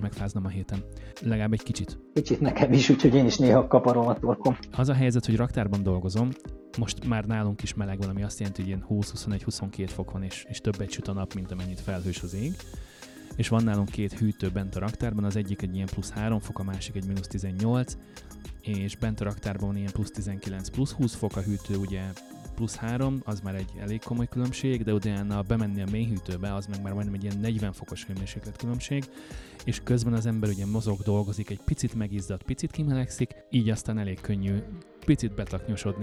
megfáznom a héten. Legalább egy kicsit. Kicsit nekem is, úgyhogy én is néha kaparom a torkom. Az a helyzet, hogy raktárban dolgozom, most már nálunk is meleg van, ami azt jelenti, hogy ilyen 20-21-22 fok van, és többet süt a nap, mint amennyit felhős az ég. És van nálunk 2 hűtő bent a raktárban, az egyik egy ilyen +3 fok, a másik egy -18, és bent a raktárban van ilyen +19, +20 fok, a hűtő ugye +3, az már egy elég komoly különbség, de utána bemenni a mély hűtőbe, az meg már majdnem egy ilyen 40 fokos hőmérséklet különbség, és közben az ember ugye mozog, dolgozik, egy picit megizzad, picit kimelegszik, így aztán elég könnyű picit betaknyosodni.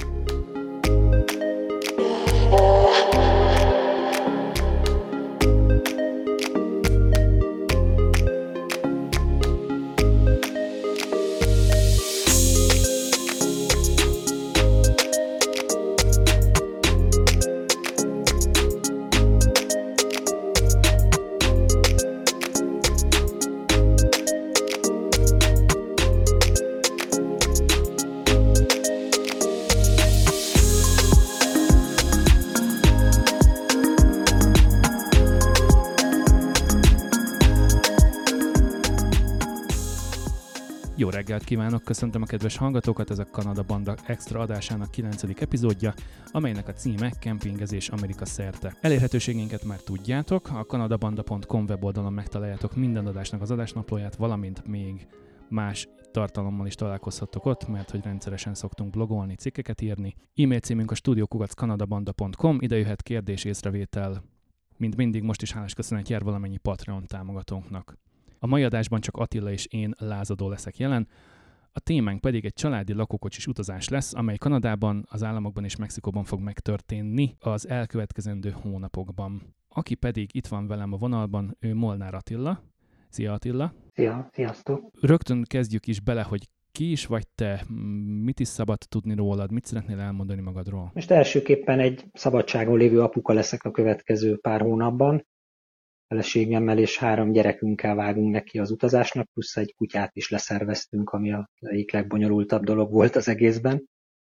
Jó reggelt kívánok, köszöntöm a kedves hallgatókat, ez a Kanada Banda extra adásának 9. epizódja, amelynek a címe Kempingezés Amerika szerte. Elérhetőségünket már tudjátok, a kanadabanda.com weboldalon megtaláljátok minden adásnak az adásnaplóját, valamint még más tartalommal is találkozhattok ott, mert hogy rendszeresen szoktunk blogolni, cikkeket írni. E-mail címünk a studio@kanadabanda.com, ide jöhet kérdés, észrevétel, mint mindig most is hálás köszönet jár valamennyi Patreon támogatónknak. A mai adásban csak Attila és én lázadó leszek jelen, a témánk pedig egy családi lakókocsis utazás lesz, amely Kanadában, az államokban és Mexikóban fog megtörténni az elkövetkezendő hónapokban. Aki pedig itt van velem a vonalban, ő Molnár Attila. Szia Attila! Sziasztok! Rögtön kezdjük is bele, hogy ki is vagy te, mit is szabad tudni rólad, mit szeretnél elmondani magadról? Most elsőképpen egy szabadságon lévő apuka leszek a következő pár hónapban. Feleségemmel és 3 gyerekünkkel vágunk neki az utazásnak, plusz egy kutyát is leszerveztünk, ami az egyik legbonyolultabb dolog volt az egészben.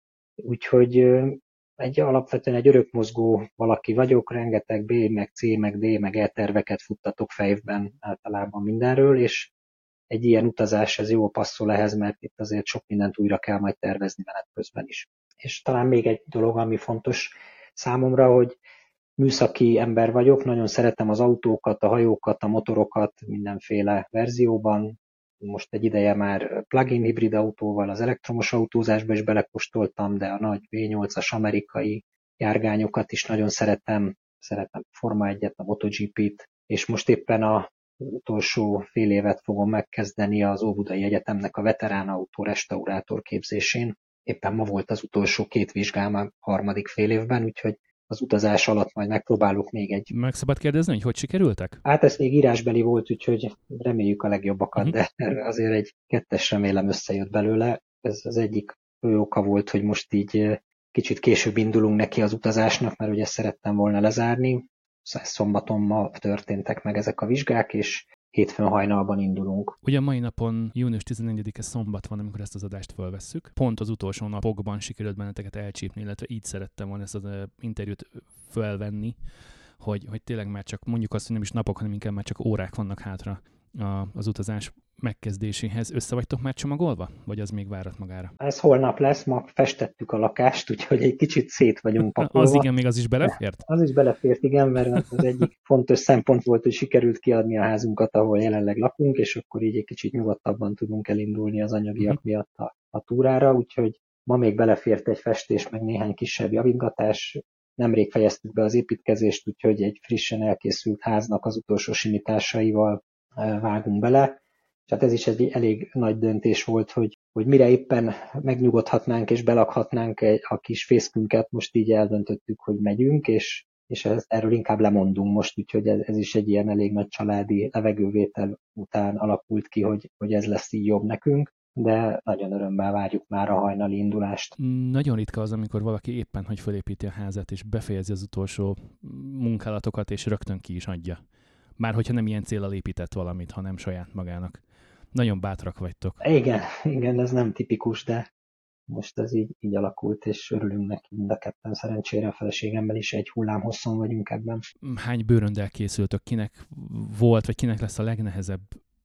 Úgyhogy alapvetően egy örökmozgó valaki vagyok, rengeteg B, meg C, meg D, meg E terveket futtatok fejben általában mindenről, és egy ilyen utazás ez jó passzol ehhez, mert itt azért sok mindent újra kell majd tervezni menet közben is. És talán még egy dolog, ami fontos számomra, hogy műszaki ember vagyok, nagyon szeretem az autókat, a hajókat, a motorokat mindenféle verzióban. Most egy ideje már plug-in hibrid autóval az elektromos autózásba is belekóstoltam, de a nagy V8-as amerikai járgányokat is nagyon szeretem. Szeretem Forma 1-et, a MotoGP-t, és most éppen az utolsó fél évet fogom megkezdeni az Óbudai Egyetemnek a veterán autó restaurátor képzésén. Éppen ma volt az utolsó 2 vizsgám a 3. fél évben, úgyhogy az utazás alatt majd megpróbálok még egy... Meg szabad kérdezni, hogy sikerültek? Hát ez még írásbeli volt, úgyhogy reméljük a legjobbakat, de azért egy 2-es remélem összejött belőle. Ez az egyik fő oka volt, hogy most így kicsit később indulunk neki az utazásnak, mert ugye szerettem volna lezárni. Szombaton ma történtek meg ezek a vizsgák, és hétfőn hajnalban indulunk. Ugye a mai napon, június 14-e szombat van, amikor ezt az adást felvesszük. Pont az utolsó napokban sikerült benneteket elcsípni, illetve így szerettem volna ezt az interjút felvenni, hogy tényleg már csak mondjuk azt, hogy nem is napok, hanem inkább már csak órák vannak hátra az utazás megkezdéséhez. Össze vagytok már csomagolva? Vagy az még várat magára? Ez holnap lesz, ma festettük a lakást, úgyhogy egy kicsit szét vagyunk pakolva. Az igen, még az is belefért? Az is belefért, igen, mert az egyik fontos szempont volt, hogy sikerült kiadni a házunkat, ahol jelenleg lakunk, és akkor így egy kicsit nyugodtabban tudunk elindulni az anyagiak miatt a túrára, úgyhogy ma még belefért egy festés, meg néhány kisebb javítgatás. Nemrég fejeztük be az építkezést, úgyhogy egy frissen elkészült háznak az utolsó simításaival vágunk bele. És hát ez is egy elég nagy döntés volt, hogy mire éppen megnyugodhatnánk és belakhatnánk a kis fészkünket, most így eldöntöttük, hogy megyünk, és erről inkább lemondunk most, úgyhogy ez is egy ilyen elég nagy családi levegővétel után alakult ki, hogy ez lesz így jobb nekünk, de nagyon örömmel várjuk már a hajnali indulást. Nagyon ritka az, amikor valaki éppen, hogy felépíti a házat, és befejezi az utolsó munkálatokat, és rögtön ki is adja. Már hogyha nem ilyen céllal épített valamit, hanem saját magának. Nagyon bátrak vagytok. Igen, ez nem tipikus, de most ez így alakult, és örülünk neki mind a ketten. Szerencsére a feleségemmel is egy hullámhosszon vagyunk ebben. Hány bőröndel készültök? Kinek volt, vagy kinek lesz a legnehezebb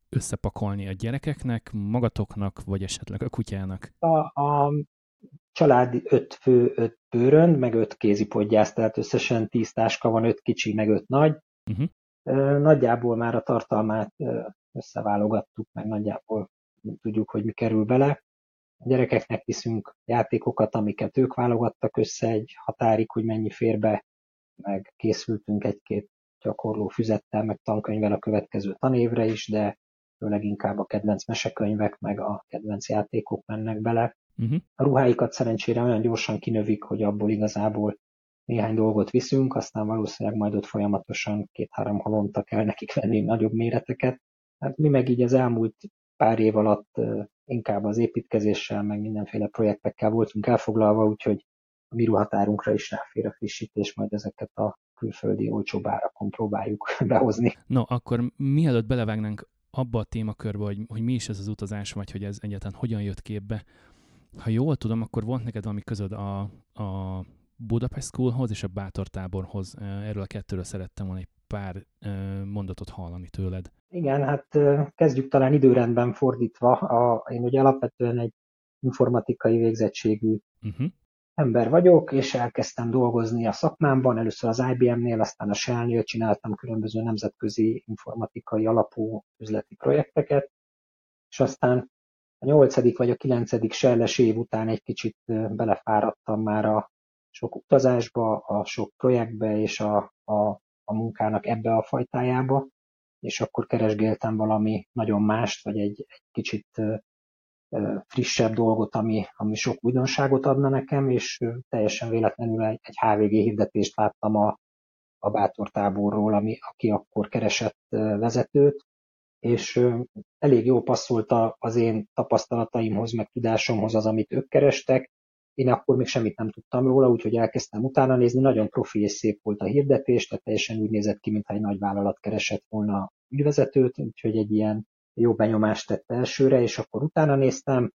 összepakolni a gyerekeknek, magatoknak, vagy esetleg a kutyának? A családi 5 fő, 5 bőrönd, meg 5 kézipodgyász, tehát összesen 10 táska van, 5 kicsi, meg 5 nagy. Uh-huh. Nagyjából már a tartalmát összeválogattuk, meg nagyjából tudjuk, hogy mi kerül bele. A gyerekeknek viszünk játékokat, amiket ők válogattak össze egy határig, hogy mennyi fér be, meg készültünk egy-két gyakorló füzettel, meg tankönyvvel a következő tanévre is, de főleg inkább a kedvenc mesekönyvek, meg a kedvenc játékok mennek bele. Uh-huh. A ruháikat szerencsére olyan gyorsan kinövik, hogy abból igazából néhány dolgot viszünk, aztán valószínűleg majd ott folyamatosan 2-3 havonta kell nekik venni nagyobb méreteket. Hát mi meg így az elmúlt pár év alatt inkább az építkezéssel, meg mindenféle projektekkel voltunk elfoglalva, úgyhogy a mi ruhatárunkra is ráfér a frissítés, majd ezeket a külföldi olcsóbb árakon próbáljuk behozni. No, akkor mielőtt belevágnánk abba a témakörbe, hogy mi is ez az utazás, vagy hogy ez egyáltalán hogyan jött képbe, ha jól tudom, akkor volt neked valami közöd a Budapest Schoolhoz és a Bátor táborhoz. Erről a kettőről szerettem volna egy pár mondatot hallani tőled. Igen, hát kezdjük talán időrendben fordítva. Én ugye alapvetően egy informatikai végzettségű ember vagyok, és elkezdtem dolgozni a szakmámban, először az IBM-nél, aztán a Shell-nél csináltam különböző nemzetközi informatikai alapú üzleti projekteket, és aztán a 8. vagy a 9. Shell-es év után egy kicsit belefáradtam már a sok utazásba, a sok projektbe és a munkának ebbe a fajtájába, és akkor keresgéltem valami nagyon mást, vagy egy kicsit frissebb dolgot, ami sok újdonságot adna nekem, és teljesen véletlenül egy HVG hirdetést láttam a Bátor táborról, aki akkor keresett vezetőt, és elég jól passzolt az én tapasztalataimhoz, meg tudásomhoz az, amit ők kerestek. Én akkor még semmit nem tudtam róla, úgyhogy elkezdtem utána nézni. Nagyon profi és szép volt a hirdetés, tehát teljesen úgy nézett ki, mintha egy nagy vállalat keresett volna ügyvezetőt, úgyhogy egy ilyen jó benyomást tett elsőre, és akkor utána néztem.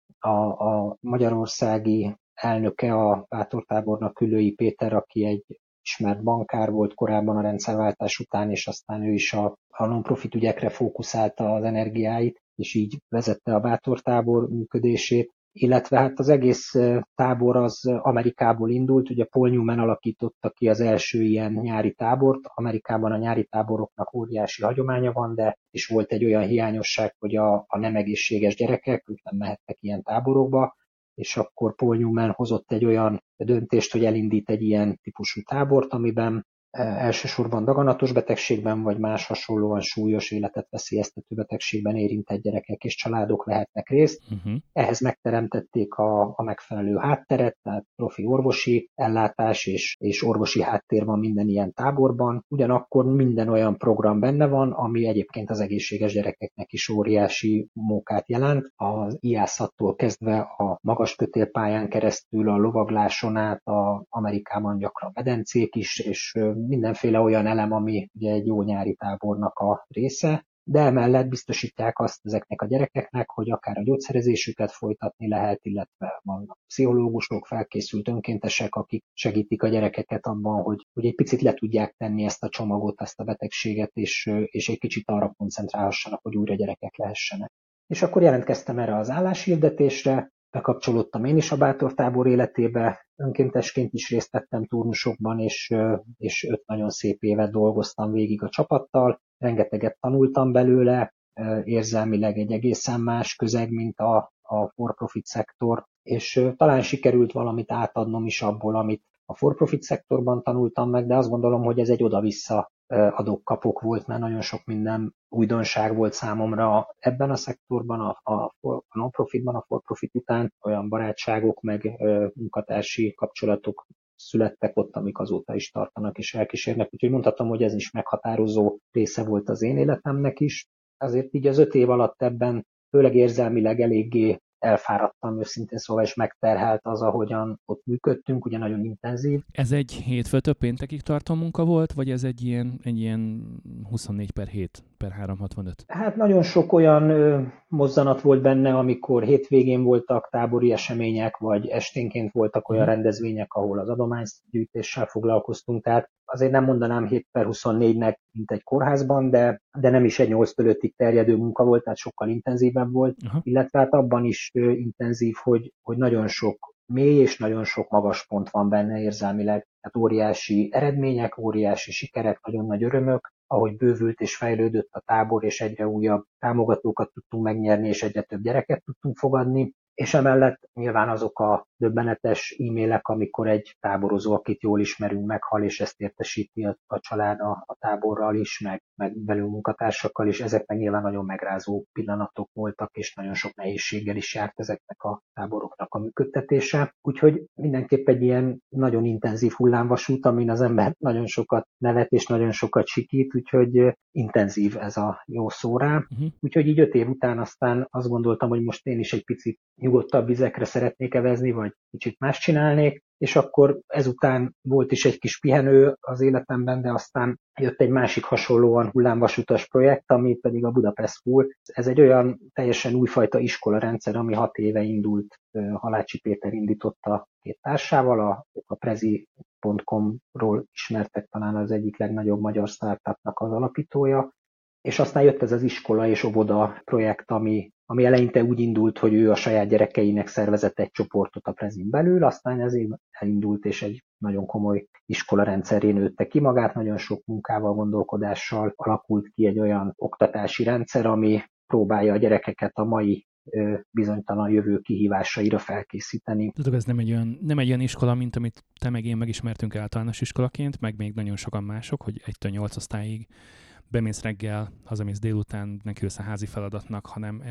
A magyarországi elnöke a Bátor tábornak Küllői Péter, aki egy ismert bankár volt korábban a rendszerváltás után, és aztán ő is a non-profit ügyekre fókuszálta az energiáit, és így vezette a Bátor tábor működését. Illetve hát az egész tábor az Amerikából indult, ugye Paul Newman alakította ki az első ilyen nyári tábort. Amerikában a nyári táboroknak óriási hagyománya van, de is volt egy olyan hiányosság, hogy a nem egészséges gyerekek, ők nem mehettek ilyen táborokba, és akkor Paul Newman hozott egy olyan döntést, hogy elindít egy ilyen típusú tábort, amiben elsősorban daganatos betegségben, vagy más hasonlóan súlyos életet veszélyeztető betegségben érintett gyerekek és családok vehetnek részt. Ehhez megteremtették a megfelelő hátteret, tehát profi orvosi ellátás és orvosi háttér van minden ilyen táborban. Ugyanakkor minden olyan program benne van, ami egyébként az egészséges gyerekeknek is óriási mókát jelent. Az IASZ-tól kezdve a magaskötélpályán keresztül a lovagláson át, Amerikában gyakran medencék is, és mindenféle olyan elem, ami ugye egy jó nyári tábornak a része, de emellett biztosítják azt ezeknek a gyerekeknek, hogy akár a gyógyszerezésüket folytatni lehet, illetve vannak pszichológusok, felkészült önkéntesek, akik segítik a gyerekeket abban, hogy egy picit le tudják tenni ezt a csomagot, ezt a betegséget, és egy kicsit arra koncentrálhassanak, hogy újra gyerekek lehessenek. És akkor jelentkeztem erre az álláshirdetésre, bekapcsolódtam én is a Bátor tábor életébe, önkéntesként is részt vettem turnusokban, és 5 nagyon szép évet dolgoztam végig a csapattal, rengeteget tanultam belőle, érzelmileg egy egészen más közeg, mint a for-profit szektor, és talán sikerült valamit átadnom is abból, amit a for-profit szektorban tanultam meg, de azt gondolom, hogy ez egy oda-vissza adok-kapok volt, mert nagyon sok minden újdonság volt számomra ebben a szektorban, a non-profitban, a for-profit után olyan barátságok meg munkatársi kapcsolatok születtek ott, amik azóta is tartanak és elkísérnek, úgyhogy mondhatom, hogy ez is meghatározó része volt az én életemnek is. Azért így az 5 év alatt ebben főleg érzelmileg eléggé elfáradtam őszintén szóval, és megterhelt az, ahogyan ott működtünk, ugye nagyon intenzív. Ez egy hétfőtől péntekig tartó munka volt, vagy ez egy ilyen 24/7/365? Hát nagyon sok olyan mozzanat volt benne, amikor hétvégén voltak tábori események, vagy esténként voltak olyan rendezvények, ahol az adománygyűjtéssel foglalkoztunk. Tehát azért nem mondanám 7/24-nek, mint egy kórházban, de nem is egy 8-5-ig terjedő munka volt, tehát sokkal intenzívebb volt, illetve hát abban is intenzív, hogy nagyon sok mély és nagyon sok magas pont van benne érzelmileg. Tehát óriási eredmények, óriási sikerek, nagyon nagy örömök, ahogy bővült és fejlődött a tábor, és egyre újabb támogatókat tudtunk megnyerni, és egyre több gyereket tudtunk fogadni. És emellett nyilván azok a döbbenetes e-mailek, amikor egy táborozó, akit jól ismerünk, meghal, és ezt értesíti a család a táborral is, meg velünk munkatársakkal is, ezek meg nyilván nagyon megrázó pillanatok voltak, és nagyon sok nehézséggel is járt ezeknek a táboroknak a működtetése. Úgyhogy mindenképp egy ilyen nagyon intenzív hullámvasút, amin az ember nagyon sokat nevet és nagyon sokat sikít, úgyhogy intenzív ez a jó szó rá. Úgyhogy így 5 év után aztán azt gondoltam, hogy most én is egy picit nyugodtabb vizekre szeretnék evezni, vagy kicsit más csinálnék, és akkor ezután volt is egy kis pihenő az életemben, de aztán jött egy másik hasonlóan hullámvasutas projekt, ami pedig a Budapest School. Ez egy olyan teljesen újfajta iskolarendszer, ami 6 éve indult, Halácsi Péter indította 2 társával, a Prezi.com-ról ismertek talán az egyik legnagyobb magyar startupnak az alapítója, és aztán jött ez az iskola és óvoda projekt, ami eleinte úgy indult, hogy ő a saját gyerekeinek szervezett egy csoportot a Prezin belül, aztán ez elindult, és egy nagyon komoly iskola rendszerén nőtte ki magát, nagyon sok munkával, gondolkodással alakult ki egy olyan oktatási rendszer, ami próbálja a gyerekeket a mai bizonytalan jövő kihívásaira felkészíteni. Tudod, ez nem egy olyan iskola, mint amit te meg én megismertünk általános iskolaként, meg még nagyon sokan mások, hogy 1-től 8 osztályig bemész reggel, hazamész délután, nekiülsz a házi feladatnak, hanem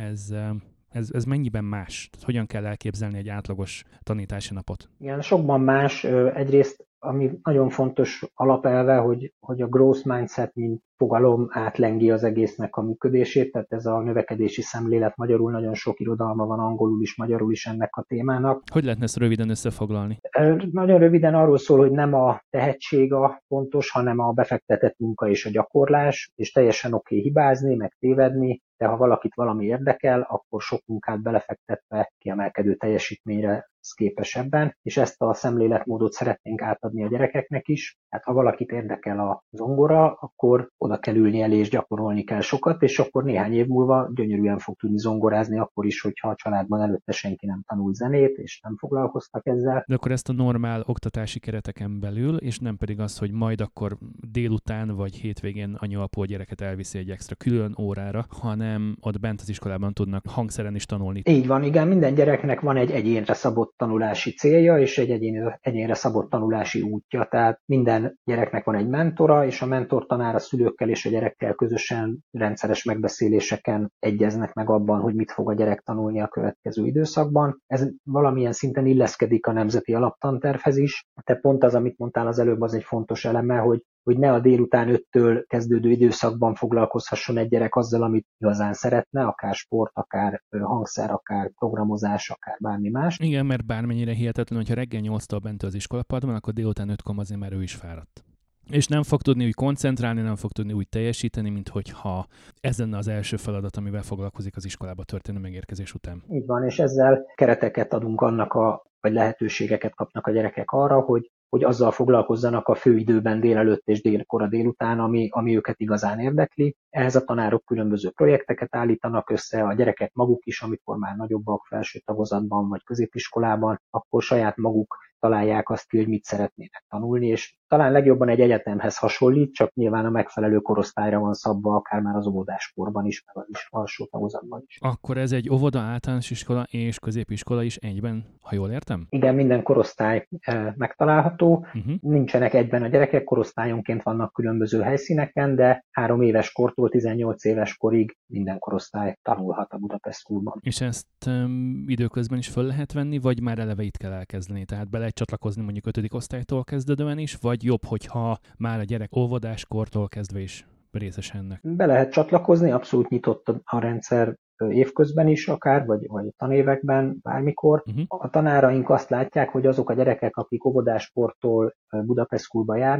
ez mennyiben más? Tehát hogyan kell elképzelni egy átlagos tanítási napot? Igen, sokban más. Egyrészt, ami nagyon fontos alapelve, hogy a growth mindset, mint fogalom átlengi az egésznek a működését, tehát ez a növekedési szemlélet, magyarul nagyon sok irodalma van, angolul is, magyarul is ennek a témának. Hogy lehetne ezt röviden összefoglalni? Nagyon röviden arról szól, hogy nem a tehetség a fontos, hanem a befektetett munka és a gyakorlás, és teljesen oké hibázni, meg tévedni, de ha valakit valami érdekel, akkor sok munkát belefektetve kiemelkedő teljesítményre képes ebben, és ezt a szemléletmódot szeretnénk átadni a gyerekeknek is. Tehát ha valakit érdekel a zongora, akkor oda kell ülni elé, és gyakorolni kell sokat, és akkor néhány év múlva gyönyörűen fog tudni zongorázni, akkor is, hogyha a családban előtte senki nem tanult zenét, és nem foglalkoztak ezzel. De akkor ezt a normál oktatási kereteken belül, és nem pedig az, hogy majd akkor délután vagy hétvégén anya-apu a gyereket elviszi egy extra külön órára, hanem ott bent az iskolában tudnak hangszeren is tanulni. Így van, igen, minden gyereknek van egy egyénre szabott tanulási célja, és egy egyénre szabott tanulási útja. Tehát minden gyereknek van egy mentora, és a mentortanár a szülőkkel és a gyerekkel közösen rendszeres megbeszéléseken egyeznek meg abban, hogy mit fog a gyerek tanulni a következő időszakban. Ez valamilyen szinten illeszkedik a nemzeti alaptantervhez is. Te pont az, amit mondtál az előbb, az egy fontos eleme, hogy ne a délután 5-től kezdődő időszakban foglalkozhasson egy gyerek azzal, amit igazán szeretne, akár sport, akár hangszer, akár programozás, akár bármi más. Igen, mert bármennyire hihetetlen, hogyha reggel 8-tól bent az iskolapadban, akkor délután 5-kor azért már ő is fáradt. És nem fog tudni úgy koncentrálni, nem fog tudni úgy teljesíteni, mint hogyha ez lenne az első feladat, amivel foglalkozik az iskolába történő megérkezés után. Így van, és ezzel kereteket adunk annak vagy lehetőségeket kapnak a gyerekek arra, hogy azzal foglalkozzanak a főidőben délelőtt és délkora délután, ami őket igazán érdekli. Ehhez a tanárok különböző projekteket állítanak össze, a gyerekek maguk is, amikor már nagyobbak felső tagozatban vagy középiskolában, akkor saját maguk találják azt ki, hogy mit szeretnének tanulni, és talán legjobban egy egyetemhez hasonlít, csak nyilván a megfelelő korosztályra van szabva, akár már az óvodáskorban is, meg az alsó tagozatban is. Akkor ez egy óvoda, általános iskola és középiskola is egyben, ha jól értem? Igen, minden korosztály megtalálható. Nincsenek egyben a gyerekek, korosztályonként vannak különböző helyszíneken, de 3 éves kortól 18 éves korig minden korosztály tanulhat a Budapest Schoolban. És ezt időközben is föl lehet venni, vagy már eleve itt kell elkezdeni? Tehát be lehet csatlakozni mondjuk 5. osztálytól kezdődően is, vagy jobb, hogyha már a gyerek óvodáskortól kezdve is részes ennek? Be lehet csatlakozni, abszolút nyitott a rendszer évközben is akár, vagy tanévekben, bármikor. A tanáraink azt látják, hogy azok a gyerekek, akik óvodáskortól Budapest Schoolba járnak,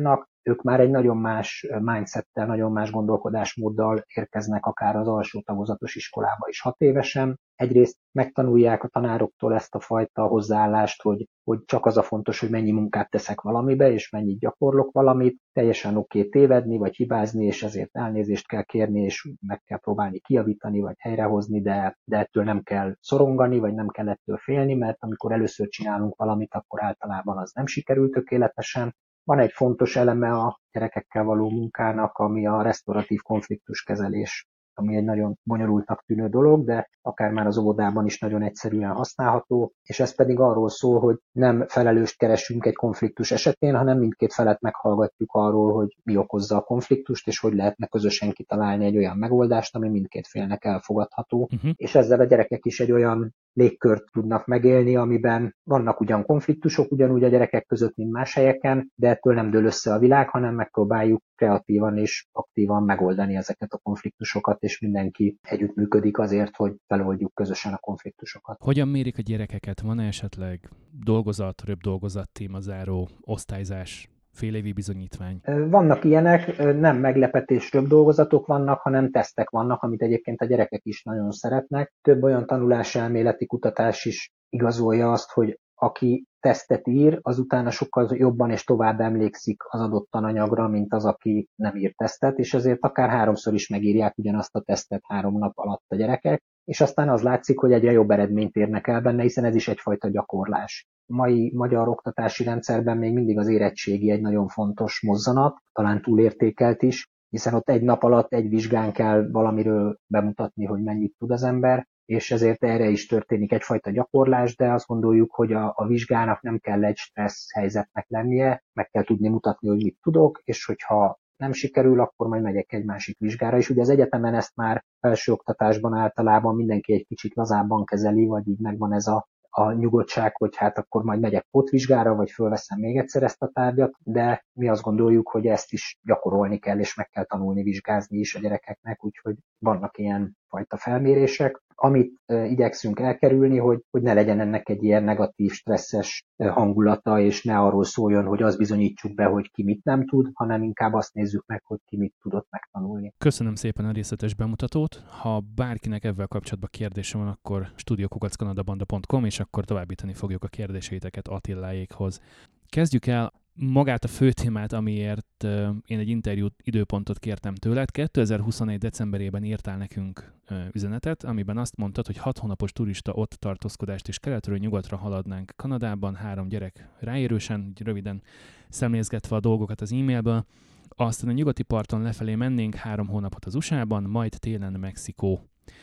ők már egy nagyon más mindsettel, nagyon más gondolkodásmóddal érkeznek akár az alsó tagozatos iskolába is 6 évesen. Egyrészt megtanulják a tanároktól ezt a fajta hozzáállást, hogy csak az a fontos, hogy mennyi munkát teszek valamibe, és mennyit gyakorlok valamit. Teljesen oké tévedni, vagy hibázni, és ezért elnézést kell kérni, és meg kell próbálni kijavítani, vagy helyrehozni, de ettől nem kell szorongani, vagy nem kell ettől félni, mert amikor először csinálunk valamit, akkor általában az nem sikerül tökéletesen. Van egy fontos eleme a gyerekekkel való munkának, ami a resztoratív konfliktuskezelés, ami egy nagyon bonyolultnak tűnő dolog, de akár már az óvodában is nagyon egyszerűen használható, és ez pedig arról szól, hogy nem felelőst keresünk egy konfliktus esetén, hanem mindkét felet meghallgatjuk arról, hogy mi okozza a konfliktust, és hogy lehetne közösen kitalálni egy olyan megoldást, ami mindkét félnek elfogadható. És ezzel a gyerekek is egy olyan légkört tudnak megélni, amiben vannak ugyan konfliktusok, ugyanúgy a gyerekek között, mint más helyeken, de ettől nem dől össze a világ, hanem megpróbáljuk kreatívan és aktívan megoldani ezeket a konfliktusokat, és mindenki együttműködik azért, hogy feloldjuk közösen a konfliktusokat. Hogyan mérik a gyerekeket? Van esetleg dolgozat, röpdolgozat, témazáró, osztályzás, félévi bizonyítvány? Vannak ilyenek, nem meglepetés röpdolgozatok vannak, hanem tesztek vannak, amit egyébként a gyerekek is nagyon szeretnek. Több olyan tanuláselméleti kutatás is igazolja azt, hogy aki tesztet ír, az utána sokkal jobban és tovább emlékszik az adott tananyagra, mint az, aki nem ír tesztet, és ezért akár 3-szor is megírják ugyanazt a tesztet 3 nap alatt a gyerekek, és aztán az látszik, hogy egyre jobb eredményt érnek el benne, hiszen ez is egyfajta gyakorlás. A mai magyar oktatási rendszerben még mindig az érettségi egy nagyon fontos mozzanat, talán túlértékelt is, hiszen ott egy nap alatt egy vizsgán kell valamiről bemutatni, hogy mennyit tud az ember, és ezért erre is történik egyfajta gyakorlás, de azt gondoljuk, hogy a vizsgának nem kell egy stressz helyzetnek lennie, meg kell tudni mutatni, hogy mit tudok, és hogyha nem sikerül, akkor majd megyek egy másik vizsgára. És ugye az egyetemen ezt már felsőoktatásban általában mindenki egy kicsit lazábban kezeli, vagy így megvan ez a nyugodtság, hogy hát akkor majd megyek pótvizsgára, vagy fölveszem még egyszer ezt a tárgyat, de mi azt gondoljuk, hogy ezt is gyakorolni kell, és meg kell tanulni vizsgázni is a gyerekeknek, úgyhogy vannak ilyen fajta felmérések. Amit igyekszünk elkerülni, hogy ne legyen ennek egy ilyen negatív, stresszes hangulata, és ne arról szóljon, hogy azt bizonyítsuk be, hogy ki mit nem tud, hanem inkább azt nézzük meg, hogy ki mit tudott megtanulni. Köszönöm szépen a részletes bemutatót. Ha bárkinek ezzel kapcsolatban kérdése van, akkor studiokukackanadabanda.com, és akkor továbbítani fogjuk a kérdéseiteket Attiláékhoz. Kezdjük el magát a fő témát, amiért én egy interjút időpontot kértem tőled. 2021. decemberében írtál nekünk üzenetet, amiben azt mondtad, hogy 6 hónapos turista ott tartózkodást és keletről nyugatra haladnánk Kanadában, 3 gyerek ráérősen, röviden szemlézgetve a dolgokat az e-mailből. Aztán a nyugati parton lefelé mennénk 3 hónapot az USA-ban, majd télen Mexikó.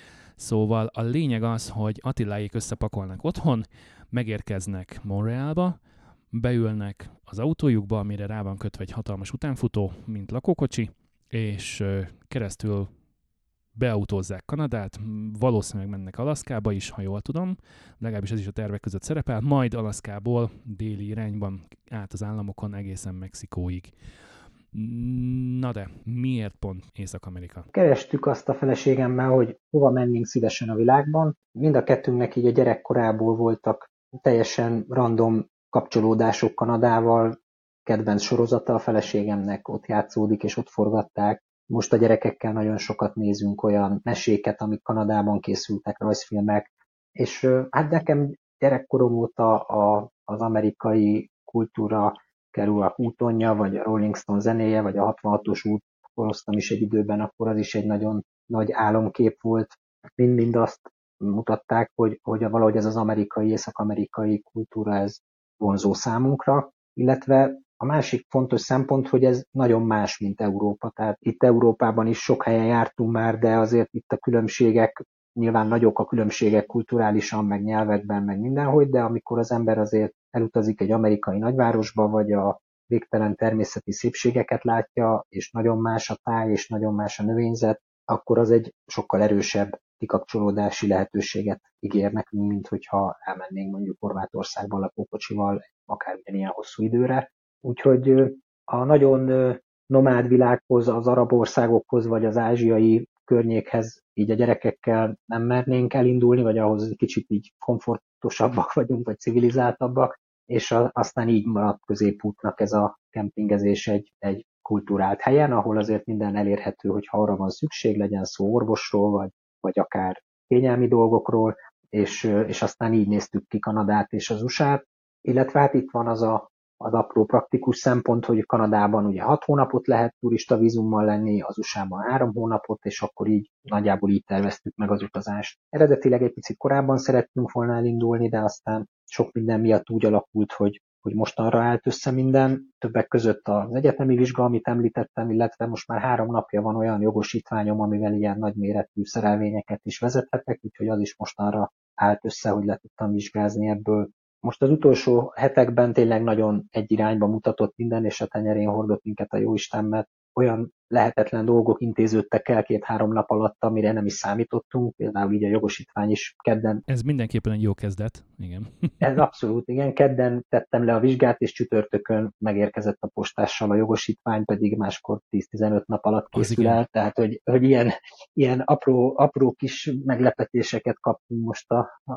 Szóval a lényeg az, hogy Attiláék összepakolnak otthon, megérkeznek Montrealba, beülnek az autójukba, amire rá van kötve egy hatalmas utánfutó, mint lakókocsi, és keresztül beautózzák Kanadát, valószínűleg mennek Alaszkába is, ha jól tudom, legalábbis ez is a tervek között szerepel, majd Alaszkából déli irányban át az államokon egészen Mexikóig. Na de, miért pont Észak-Amerika? Kerestük azt a feleségemmel, hogy hova mennénk szívesen a világban. Mind a kettőnknek így a gyerekkorából voltak teljesen random kapcsolódások Kanadával, kedvenc sorozata a feleségemnek ott játszódik, és ott forgatták. Most a gyerekekkel nagyon sokat nézünk olyan meséket, amik Kanadában készültek, rajzfilmek, és hát nekem gyerekkorom óta az amerikai kultúra Kerouac útonja, vagy a Rolling Stone zenéje, vagy a 66-os út, hoztam is egy időben, akkor az is egy nagyon nagy álomkép volt. Mind azt mutatták, hogy valahogy ez az amerikai, észak-amerikai kultúra, ez vonzó számunkra, illetve a másik fontos szempont, hogy ez nagyon más, mint Európa. Tehát itt Európában is sok helyen jártunk már, de azért itt a különbségek, nyilván nagyok a különbségek kulturálisan, meg nyelvekben, meg mindenhogy, de amikor az ember azért elutazik egy amerikai nagyvárosba, vagy a végtelen természeti szépségeket látja, és nagyon más a táj, és nagyon más a növényzet, akkor az egy sokkal erősebb kikapcsolódási lehetőséget ígér nekünk, mint hogyha elmennénk mondjuk Horvátországba lakókocsival, akár ugyanilyen hosszú időre. Úgyhogy a nagyon nomád világhoz, az arab országokhoz, vagy az ázsiai környékhez így a gyerekekkel nem mernénk elindulni, vagy ahhoz egy kicsit így komfortosabbak vagyunk, vagy civilizáltabbak, és aztán így maradt középútnak ez a kempingezés egy kulturált helyen, ahol azért minden elérhető, hogyha arra van szükség, legyen szó orvosról, vagy akár kényelmi dolgokról, és aztán így néztük ki Kanadát és az USA-t, illetve hát itt van az apró praktikus szempont, hogy Kanadában ugye 6 hónapot lehet turista vízummal lenni, az USA-ban 3 hónapot, és akkor így nagyjából így terveztük meg az utazást. Eredetileg egy picit korábban szerettünk volna elindulni, de aztán sok minden miatt úgy alakult, hogy mostanra állt össze minden, többek között az egyetemi vizsga, amit említettem, illetve most már 3 napja van olyan jogosítványom, amivel ilyen nagyméretű szerelvényeket is vezethetek, úgyhogy az is mostanra állt össze, hogy le tudtam vizsgázni ebből. Most az utolsó hetekben tényleg nagyon egy irányba mutatott minden, és a tenyerén hordott minket a jóisten, mert olyan lehetetlen dolgok intéződtek el 2-3 nap alatt, amire nem is számítottunk, például így a jogosítvány is kedden. Ez mindenképpen egy jó kezdet, igen. Ez abszolút, igen, kedden tettem le a vizsgát, és csütörtökön megérkezett a postással a jogosítvány, pedig máskor 10-15 nap alatt készül el, tehát hogy ilyen apró kis meglepetéseket kaptunk most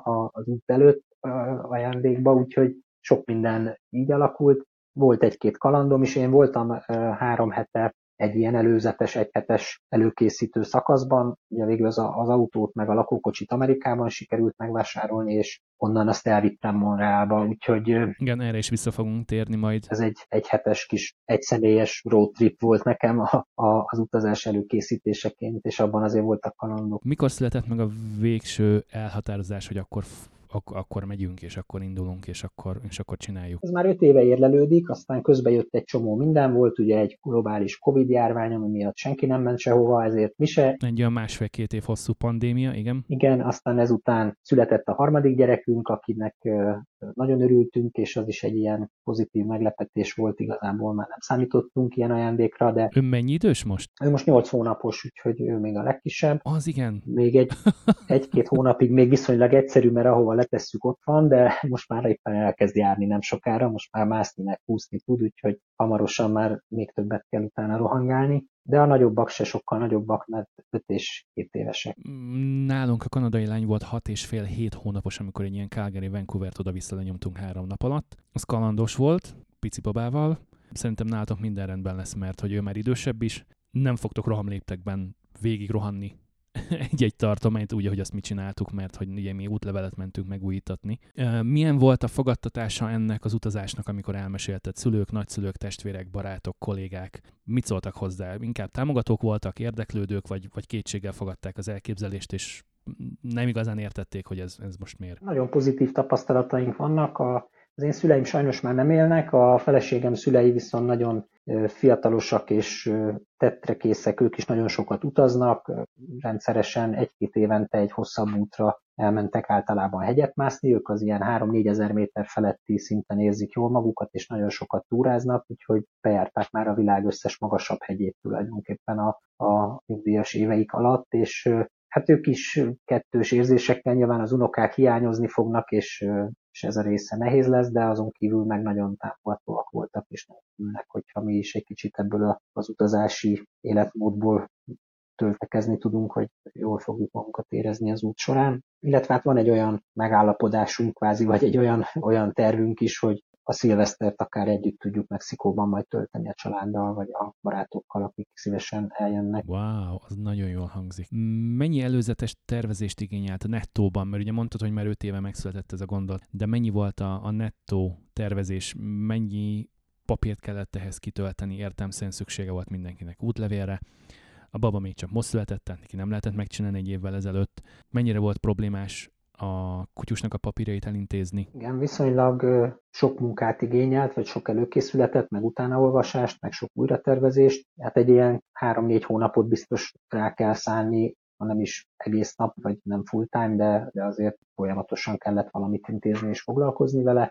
az út előtt ajándékba, úgyhogy sok minden így alakult. Volt egy-két kalandom is, én voltam 3 hete egy ilyen előzetes, egyhetes előkészítő szakaszban. Ugye végül az autót meg a lakókocsit Amerikában sikerült megvásárolni, és onnan azt elvittem Montrealba, úgyhogy... Igen, erre is vissza fogunk térni majd. Ez egy hetes kis egyszemélyes road trip volt nekem az utazás előkészítéseként, és abban azért voltak kalandok. Mikor született meg a végső elhatározás, hogy akkor megyünk, és akkor indulunk, és akkor csináljuk? Ez már 5 éve érlelődik, aztán közben jött egy csomó minden, volt ugye egy globális Covid-járvány, ami miatt senki nem ment sehova, ezért mi se. Egy olyan 1,5-2 év hosszú pandémia, igen. Igen, aztán ezután született a harmadik gyerekünk, akinek nagyon örültünk, és az is egy ilyen pozitív meglepetés volt, igazából már nem számítottunk ilyen ajándékra, de... Ő mennyi idős most? Ő most 8 hónapos, úgyhogy ő még a legkisebb. Az igen. Még egy-két hónapig még viszonylag egyszerű, mert ahova letesszük ott van, de most már éppen elkezd járni nem sokára, most már mászni meg húszni tud, úgyhogy hamarosan már még többet kell utána rohangálni. De a nagyobbak se sokkal nagyobbak, mert 5 és 2 évesek. Nálunk a kanadai lány volt 6,5-7 hónapos, amikor egy ilyen Calgary Vancouvert oda-vissza lenyomtunk 3 nap alatt. Az kalandos volt, pici babával. Szerintem nálatok minden rendben lesz, mert hogy ő már idősebb is. Nem fogtok rohamléptekben végig rohanni egy-egy tartományt úgy, ahogy azt mi csináltuk, mert hogy ugye mi útlevelet mentünk megújítatni. Milyen volt a fogadtatása ennek az utazásnak, amikor elmesélted? Szülők, nagyszülők, testvérek, barátok, kollégák? Mit szóltak hozzá? Inkább támogatók voltak, érdeklődők, vagy kétséggel fogadták az elképzelést, és nem igazán értették, hogy ez most miért? Nagyon pozitív tapasztalataink vannak. Az én szüleim sajnos már nem élnek, a feleségem szülei viszont nagyon fiatalosak és tetrekészek, ők is nagyon sokat utaznak, rendszeresen 1-2 évente egy hosszabb útra elmentek általában hegyet mászni, ők az ilyen 3-4 ezer méter feletti szinten érzik jól magukat, és nagyon sokat túráznak, úgyhogy bejárták már a világ összes magasabb hegyét tulajdonképpen a nyugdíjas éveik alatt, és hát ők is kettős érzésekkel, nyilván az unokák hiányozni fognak, és ez a része nehéz lesz, de azon kívül meg nagyon támogatóak voltak, és nagyon örülnek, hogyha mi is egy kicsit ebből az utazási életmódból töltekezni tudunk, hogy jól fogjuk magunkat érezni az út során. Illetve hát van egy olyan megállapodásunk kvázi, vagy egy olyan tervünk is, hogy a szilvesztert akár együtt tudjuk Mexikóban majd tölteni a családdal, vagy a barátokkal, akik szívesen eljönnek. Wow, az nagyon jól hangzik. Mennyi előzetes tervezést igényelt a nettóban? Mert ugye mondtad, hogy már 5 éve megszületett ez a gondolat, de mennyi volt a nettó tervezés? Mennyi papírt kellett ehhez kitölteni? Értelemszerűen szüksége volt mindenkinek útlevélre. A baba még csak most született, tehát neki nem lehetett megcsinálni egy évvel ezelőtt. Mennyire volt problémás a kutyusnak a papírjait elintézni? Igen, viszonylag sok munkát igényelt, vagy sok előkészületet, meg utánaolvasást, meg sok újratervezést. Hát egy ilyen 3-4 hónapot biztos rá kell szállni, ha nem is egész nap, vagy nem full time, de azért folyamatosan kellett valamit intézni és foglalkozni vele.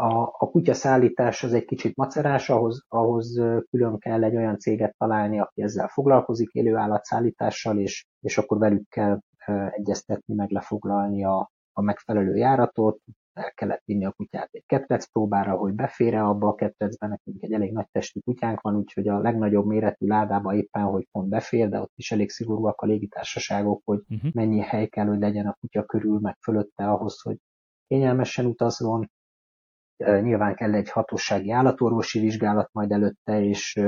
A kutyaszállítás az egy kicsit macerás, ahhoz külön kell egy olyan céget találni, aki ezzel foglalkozik, élő állatszállítással, és akkor velük kell egyeztetni, meg lefoglalni a megfelelő járatot, el kellett vinni a kutyát egy ketrec próbára, hogy befér-e abba a ketrecbe, nekünk egy elég nagy testű kutyánk van, úgyhogy a legnagyobb méretű ládába éppen, hogy pont befér, de ott is elég szigorúak a légitársaságok, hogy mennyi hely kell, hogy legyen a kutya körül, meg fölötte ahhoz, hogy kényelmesen utazzon. Nyilván kell egy hatósági állatorvosi vizsgálat majd előtte, és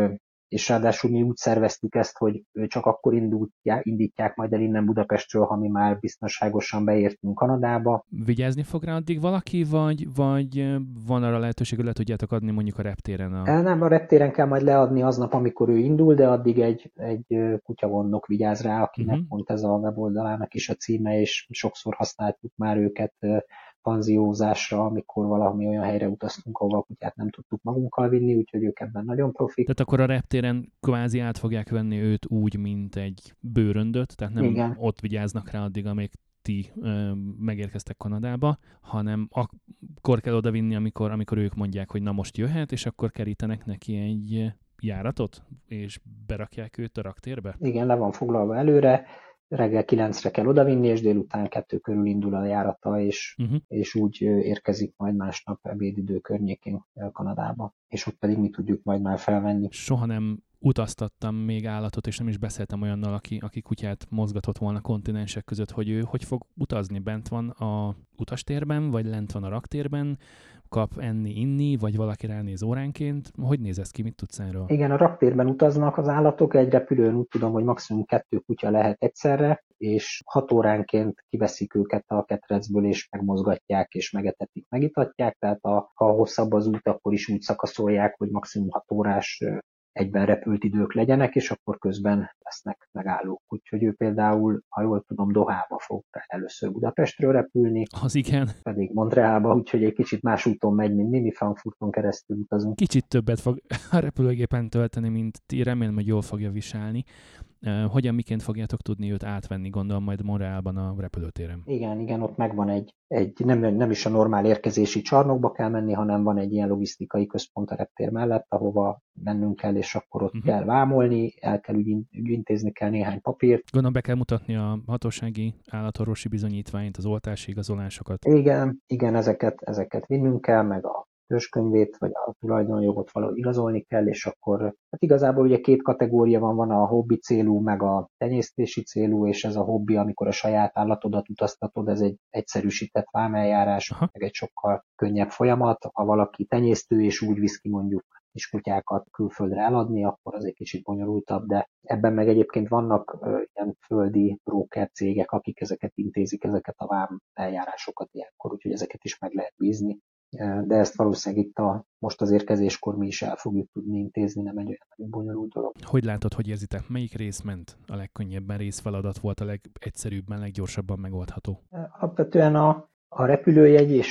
és ráadásul mi úgy szerveztük ezt, hogy csak akkor indítják majd el innen Budapestről, ha mi már biztonságosan beértünk Kanadába. Vigyázni fog rá addig valaki, vagy van arra lehetőség, hogy le tudjátok adni mondjuk a reptéren? Nem, a reptéren kell majd leadni aznap, amikor ő indul, de addig egy kutyavondok vigyáz rá, akinek pont ez a weboldalának is a címe, és sokszor használtuk már őket panziózásra, amikor valami olyan helyre utaztunk, ahol a kutyát nem tudtuk magunkkal vinni, úgyhogy ők ebben nagyon profik. Tehát akkor a reptéren kvázi át fogják venni őt úgy, mint egy bőröndöt, tehát nem Igen. Ott vigyáznak rá addig, amíg ti megérkeztek Kanadába, hanem akkor kell odavinni, amikor ők mondják, hogy na most jöhet, és akkor kerítenek neki egy járatot, és berakják őt a raktérbe? Igen, le van foglalva előre, reggel 9-re kell odavinni, és délután 2 körül indul a járata, és úgy érkezik majd másnap ebédidő környékén Kanadába, és ott pedig mi tudjuk majd már felvenni. Soha nem utaztattam még állatot, és nem is beszéltem olyannal, aki kutyát mozgatott volna kontinensek között, hogy ő hogy fog utazni. Bent van a utastérben, vagy lent van a raktérben, kap enni, inni, vagy valaki ránéz óránként. Hogy néz ez ki, mit tudsz erről? Igen, a raktérben utaznak az állatok, egy repülőn úgy tudom, hogy maximum 2 kutya lehet egyszerre, és 6 óránként kiveszik őket a ketrecből, és megmozgatják, és megetetik, megitatják, tehát ha hosszabb az út, akkor is úgy szakaszolják, hogy maximum 6 órás egyben repült idők legyenek, és akkor közben lesznek megállók. Úgyhogy ő például, ha jól tudom, Dohába fog először Budapestről repülni. Az igen. Pedig Montrealba, úgyhogy egy kicsit más úton megy, mint mi Frankfurton keresztül utazunk. Kicsit többet fog a repülőgépen tölteni, mint ti, remélem, hogy jól fogja viselni. Hogyan, miként fogjátok tudni őt átvenni, gondolom majd Montrealban a repülőtéren? Igen, ott megvan egy nem is a normál érkezési csarnokba kell menni, hanem van egy ilyen logisztikai központ a reptér mellett, ahova mennünk kell, és akkor ott kell vámolni, el kell ügyintézni kell néhány papírt. Gondolom be kell mutatni a hatósági állatorvosi bizonyítványt, az oltási igazolásokat. Igen, ezeket vinnünk kell, meg a törzskönyvét, vagy a tulajdonjogot valahogy igazolni kell, és akkor hát igazából ugye 2 kategória van a hobbi célú, meg a tenyésztési célú, és ez a hobbi, amikor a saját állatodat utaztatod, ez egy egyszerűsített vámeljárás, meg egy sokkal könnyebb folyamat. Ha valaki tenyésztő, és úgy visz ki mondjuk kiskutyákat külföldre eladni, akkor az egy kicsit bonyolultabb, de ebben meg egyébként vannak ilyen földi broker cégek, akik ezeket intézik, ezeket a vám eljárásokat ilyenkor, úgyhogy ezeket is meg lehet bízni. De ezt valószínűleg itt most az érkezéskor mi is el fogjuk tudni intézni, nem egy olyan nagyon bonyolult dolog. Hogy látod, hogy érzitek? Melyik rész ment a legkönnyebben, részfeladat volt a legegyszerűbben, leggyorsabban megoldható? Alapvetően a repülőjegy és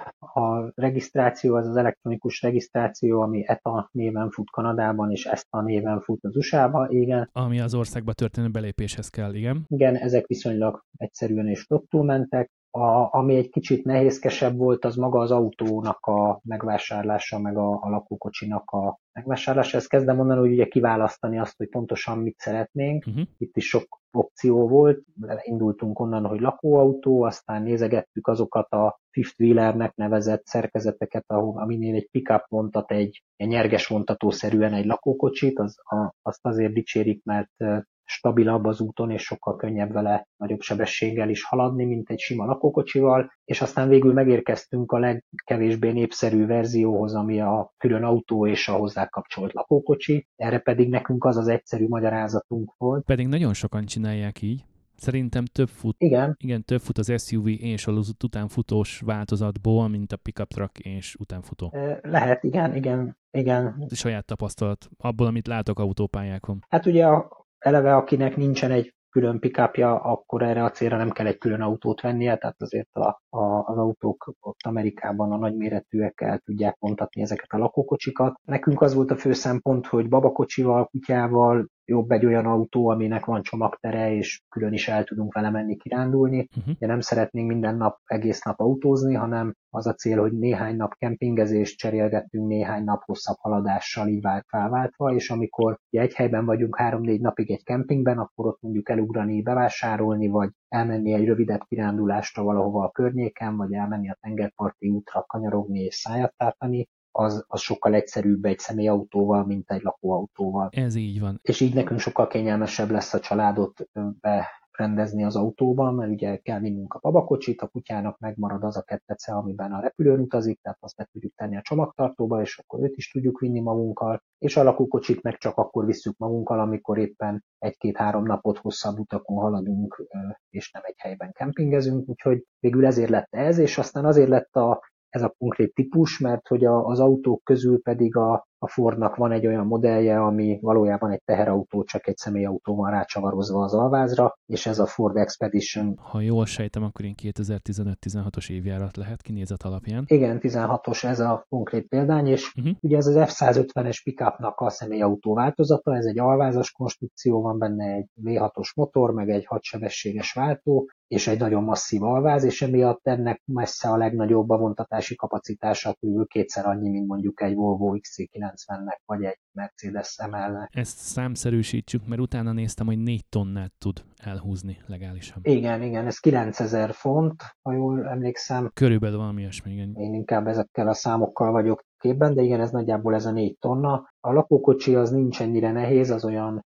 a regisztráció, az elektronikus regisztráció, ami ETA néven fut Kanadában, és ESTA néven fut az USA-ba, igen. Ami az országba történő belépéshez kell, igen. Igen, ezek viszonylag egyszerűen és flottul mentek. Ami egy kicsit nehézkesebb volt, az maga az autónak a megvásárlása, meg a lakókocsinak a megvásárlása. Ezt kezdem mondani, hogy ugye kiválasztani azt, hogy pontosan mit szeretnénk. Itt is sok opció volt. Indultunk onnan, hogy lakóautó, aztán nézegettük azokat a fifth wheelernek nevezett szerkezeteket, aminél egy pickup vontat egy nyerges vontatószerűen egy lakókocsit, azt azért dicsérik, mert stabilabb az úton, és sokkal könnyebb vele nagyobb sebességgel is haladni, mint egy sima lakókocsival, és aztán végül megérkeztünk a legkevésbé népszerű verzióhoz, ami a külön autó és a hozzá kapcsolt lakókocsi. Erre pedig nekünk az egyszerű magyarázatunk volt. Pedig nagyon sokan csinálják így. Szerintem több fut. Igen, több fut az SUV és az utánfutós változatból, mint a pickup truck és utánfutó. Lehet, igen. Saját tapasztalat abból, amit látok autópályákon. Hát ugye eleve, akinek nincsen egy külön pick-upja, akkor erre a célra nem kell egy külön autót vennie, tehát azért az autók ott Amerikában a nagyméretűek el tudják vontatni ezeket a lakókocsikat. Nekünk az volt a fő szempont, hogy babakocsival, kutyával jobb egy olyan autó, aminek van csomagtere, és külön is el tudunk vele menni kirándulni. De nem szeretnénk minden nap, egész nap autózni, hanem az a cél, hogy néhány nap kempingezést cserélgettünk, néhány nap hosszabb haladással így felváltva, és amikor egy helyben vagyunk 3-4 napig egy kempingben, akkor ott mondjuk elugrani, bevásárolni, vagy elmenni egy rövidebb kirándulásra valahova a környéken, vagy elmenni a tengerparti útra, kanyarogni és szájat tartani, az sokkal egyszerűbb egy személyautóval, mint egy lakóautóval. Ez így van. És így nekünk sokkal kényelmesebb lesz a családot rendezni az autóban, mert ugye kell vinnünk a babakocsit, a kutyának megmarad az a kettece, amiben a repülőn utazik, tehát azt be tudjuk tenni a csomagtartóba, és akkor őt is tudjuk vinni magunkkal, és a lakókocsit meg csak akkor visszük magunkkal, amikor éppen 1-2-3 napot hosszabb utakon haladunk, és nem egy helyben kempingezünk, úgyhogy végül ezért lett ez, és aztán azért lett ez a konkrét típus, mert hogy az autók közül pedig a Fordnak van egy olyan modellje, ami valójában egy teherautó, csak egy személyautó van rácsavarozva az alvázra, és ez a Ford Expedition. Ha jól sejtem, akkor én 2015-16-os évjárat lehet kinézet alapján. Igen, 16-os ez a konkrét példány, és ugye ez az F-150-es pick-upnak a személyautó változata, ez egy alvázas konstrukció, van benne egy V6-os motor, meg egy 6 sebességes váltó, és egy nagyon masszív alváz, és emiatt ennek messze a legnagyobb a vontatási kapacitása, körül kétszer annyi, mint mondjuk egy Volvo XC90-nek, vagy egy Mercedes ML-nek. Ezt számszerűsítsük, mert utána néztem, hogy 4 tonnát tud elhúzni legálisan. Igen, ez 9000 font, ha jól emlékszem. Körülbelül valami ilyesmi, igen. Én inkább ezekkel a számokkal vagyok képben, de igen, ez nagyjából ez a 4 tonna. A lakókocsi az nincs ennyire nehéz, az olyan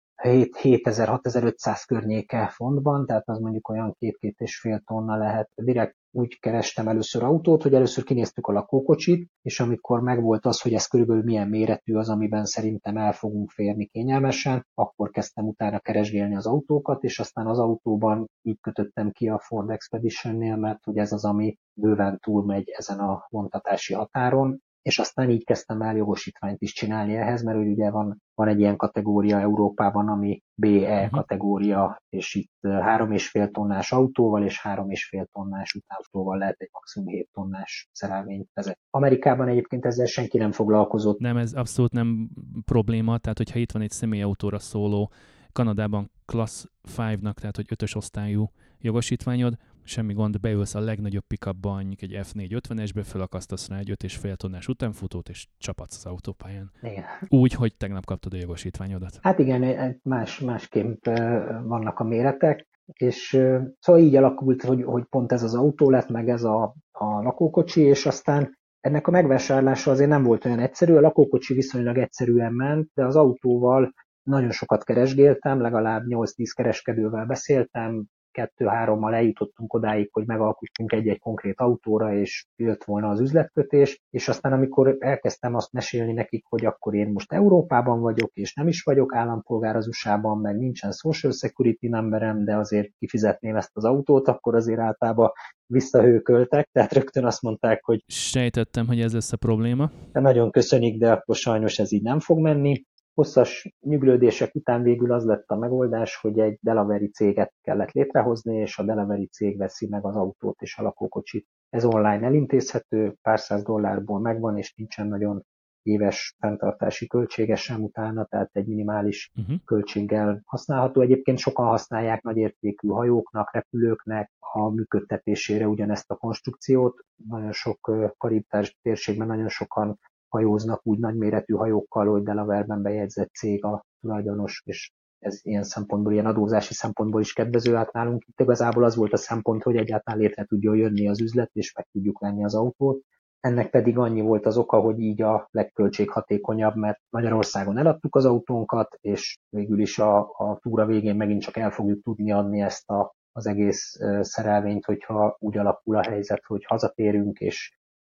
7000-6500 környéke fontban, tehát az mondjuk olyan 2-2,5 tonna lehet. Direkt úgy kerestem először autót, hogy először kinéztük a lakókocsit, és amikor megvolt az, hogy ez körülbelül milyen méretű az, amiben szerintem el fogunk férni kényelmesen, akkor kezdtem utána keresgélni az autókat, és aztán az autóban így kötöttem ki a Ford Expeditionnél, mert hogy ez az, ami bőven túlmegy ezen a vontatási határon, és aztán így kezdtem el jogosítványt is csinálni ehhez, mert ugye van egy ilyen kategória Európában, ami BE kategória, és itt 3,5 tonnás autóval és 3,5 tonnás utánfutóval lehet egy maximum 7 tonnás szerelvényt vezetni. Amerikában egyébként ezzel senki nem foglalkozott. Nem, ez abszolút nem probléma, tehát hogyha itt van egy személyautóra szóló, Kanadában Class 5-nak, tehát hogy 5-ös osztályú jogosítványod, semmi gond, beülsz a legnagyobb pick-upba, mondjuk egy F450-esbe, felakasztasz rá egy 5,5 tonnás utánfutót, és csapatsz az autópályán. Igen. Úgy, hogy tegnap kaptad a jogosítványodat. Hát igen, másképp vannak a méretek, és szóval így alakult, hogy pont ez az autó lett, meg ez a lakókocsi, és aztán ennek a megvásárlása azért nem volt olyan egyszerű, a lakókocsi viszonylag egyszerűen ment, de az autóval nagyon sokat keresgéltem, legalább 8-10 kereskedővel beszéltem, 2-3-mal eljutottunk odáig, hogy megalkottunk egy-egy konkrét autóra, és jött volna az üzletkötés, és aztán amikor elkezdtem azt mesélni nekik, hogy akkor én most Európában vagyok, és nem is vagyok állampolgár az USA-ban, meg nincsen social security numberem, de azért kifizetném ezt az autót, akkor azért általában visszahőköltek, tehát rögtön azt mondták, hogy sejtettem, hogy ez lesz a probléma. De nagyon köszönik, de akkor sajnos ez így nem fog menni. Hosszas nyüglődések után végül az lett a megoldás, hogy egy Delaware-i céget kellett létrehozni, és a Delaware-i cég veszi meg az autót és a lakókocsit. Ez online elintézhető, pár száz dollárból megvan, és nincsen nagyon éves fenntartási költsége sem utána, tehát egy minimális költséggel használható. Egyébként sokan használják nagyértékű hajóknak, repülőknek a működtetésére ugyanezt a konstrukciót. Nagyon sok karib térségben nagyon sokan hajóznak úgy nagyméretű hajókkal, hogy Delaware-ben bejegyzett cég a tulajdonos, és ez ilyen szempontból, ilyen adózási szempontból is kedvező állt nálunk. Itt igazából az volt a szempont, hogy egyáltalán létre tudjon jönni az üzlet, és meg tudjuk venni az autót. Ennek pedig annyi volt az oka, hogy így a legköltséghatékonyabb, mert Magyarországon eladtuk az autónkat, és végül is a túra végén megint csak el fogjuk tudni adni ezt az egész szerelvényt, hogyha úgy alakul a helyzet, hogy hazatérünk, és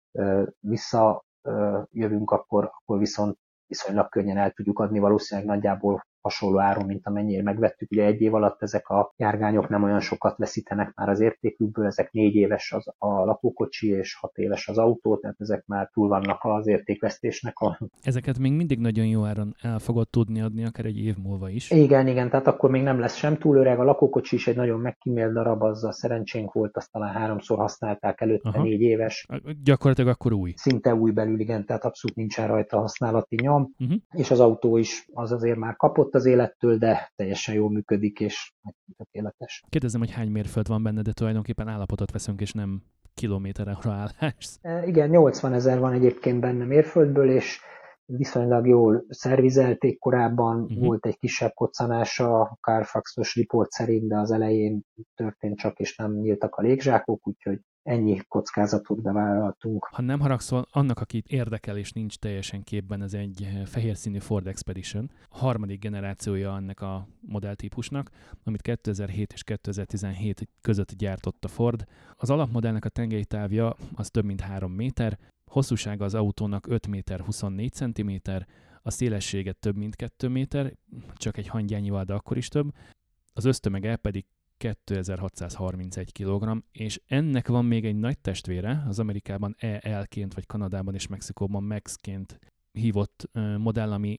visszajövünk, akkor viszont viszonylag könnyen el tudjuk adni, valószínűleg nagyjából hasonló áron, mint amennyire megvettük. Ugye 1 év alatt ezek a járgányok nem olyan sokat veszítenek már az értékükből, ezek 4 éves a lakókocsi és 6 éves az autó, tehát ezek már túl vannak az értékvesztésnek. Ezeket még mindig nagyon jó áron el fogod tudni adni, akár egy év múlva is. Igen, tehát akkor még nem lesz sem túl öreg. A lakókocsi is egy nagyon megkímélt darab, azzal szerencsénk volt, azt talán 3-szor használták előtte, 4 éves. Gyakorlatilag akkor új. Szinte új belül, igen, tehát abszolút nincsen rajta használati nyom, és az autó is az azért már kapott az élettől, de teljesen jól működik, és tökéletes. Kérdezem, hogy hány mérföld van benne, de tulajdonképpen állapotot veszünk, és nem kilométerre állás. Igen, 80 000 van egyébként benne mérföldből, és viszonylag jól szervizelték korábban, volt egy kisebb koccanása a Carfax-os riport szerint, de az elején történt csak, és nem nyíltak a légzsákok, úgyhogy ennyi kockázatot bevállaltunk. Ha nem haragszol, annak, akit érdekel és nincs teljesen képben, ez egy fehér színű Ford Expedition, a harmadik generációja ennek a modelltípusnak, amit 2007 és 2017 között gyártott a Ford. Az alapmodellnek a tengelytávja az több mint 3 méter, hosszúsága az autónak 5 méter 24 centiméter, a szélessége több mint 2 méter, csak egy hangyányival, de akkor is több, az össztömege pedig 2631 kg, és ennek van még egy nagy testvére, az Amerikában EL-ként, vagy Kanadában és Mexikóban Max-ként hívott modell, ami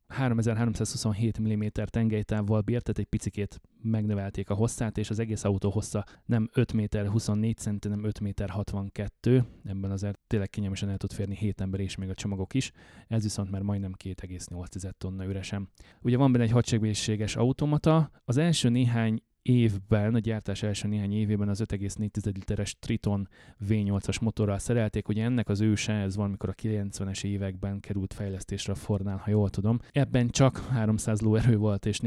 3327 mm tengelytávval bírt, tehát egy picikét megnövelték a hosszát, és az egész autó hossza nem 5 méter 24 cm, hanem 5 méter 62, ebben azért tényleg kényelmesen el tud férni 7 ember és még a csomagok is, ez viszont már majdnem 2,8 tonna üresen. Ugye van benne egy hadsegbészséges automata, az első néhány évben, a gyártás első néhány évében az 5,4 literes Triton V8-as motorral szerelték, ugye ennek az őse, ez valamikor a 90-es években került fejlesztésre a Fordnál, ha jól tudom. Ebben csak 300 lóerő volt és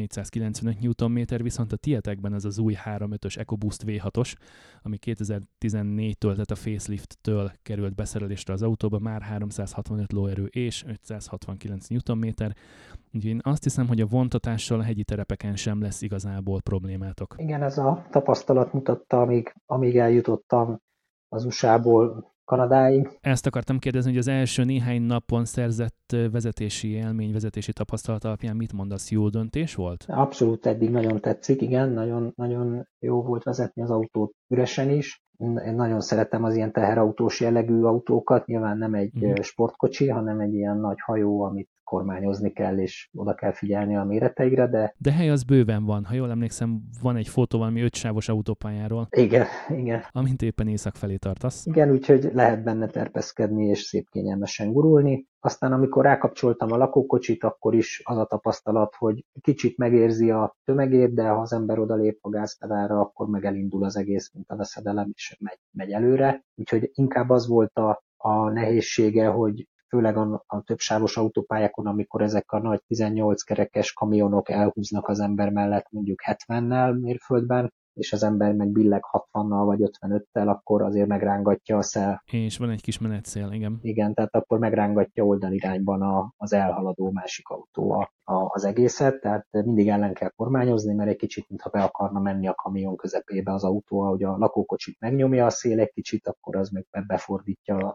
495 Nm, viszont a tietekben ez az új 3.5-ös EcoBoost V6-os, ami 2014-től, tehát a facelift-től került beszerelésre az autóba, már 365 lóerő és 569 Nm. Úgyhogy én azt hiszem, hogy a vontatással a hegyi terepeken sem lesz igazából problémátok. Igen, ez a tapasztalat mutatta, amíg eljutottam az USA-ból Kanadáig. Ezt akartam kérdezni, hogy az első néhány napon szerzett vezetési élmény, vezetési tapasztalat alapján mit mondasz, jó döntés volt? Abszolút eddig nagyon tetszik, igen, nagyon, nagyon jó volt vezetni az autót üresen is. Én nagyon szeretem az ilyen teherautós jellegű autókat, nyilván nem egy sportkocsi, hanem egy ilyen nagy hajó, amit kormányozni kell, és oda kell figyelni a méreteire, de hely az bőven van. Ha jól emlékszem, van egy fotó valami 5 sávos autópályáról. Igen. Amint éppen észak felé tartasz. Igen, úgyhogy lehet benne terpeszkedni, és szép kényelmesen gurulni. Aztán, amikor rákapcsoltam a lakókocsit, akkor is az a tapasztalat, hogy kicsit megérzi a tömegét, de ha az ember odalép a gázpedálra, akkor meg elindul az egész, mint a veszedelem, és megy előre. Úgyhogy inkább az volt a nehézsége, hogy főleg a többsávos autópályákon, amikor ezek a nagy 18 kerekes kamionok elhúznak az ember mellett mondjuk 70-nel mérföldben, és az ember meg billeg 60-nal vagy 55-tel, akkor azért megrángatja a szel. És van egy kis menetszél, igen. Igen, tehát akkor megrángatja oldalirányban az elhaladó másik autó az egészet, tehát mindig ellen kell kormányozni, mert egy kicsit, mintha be akarna menni a kamion közepébe az autó, ahogy a lakókocsit megnyomja a szél egy kicsit, akkor az meg befordítja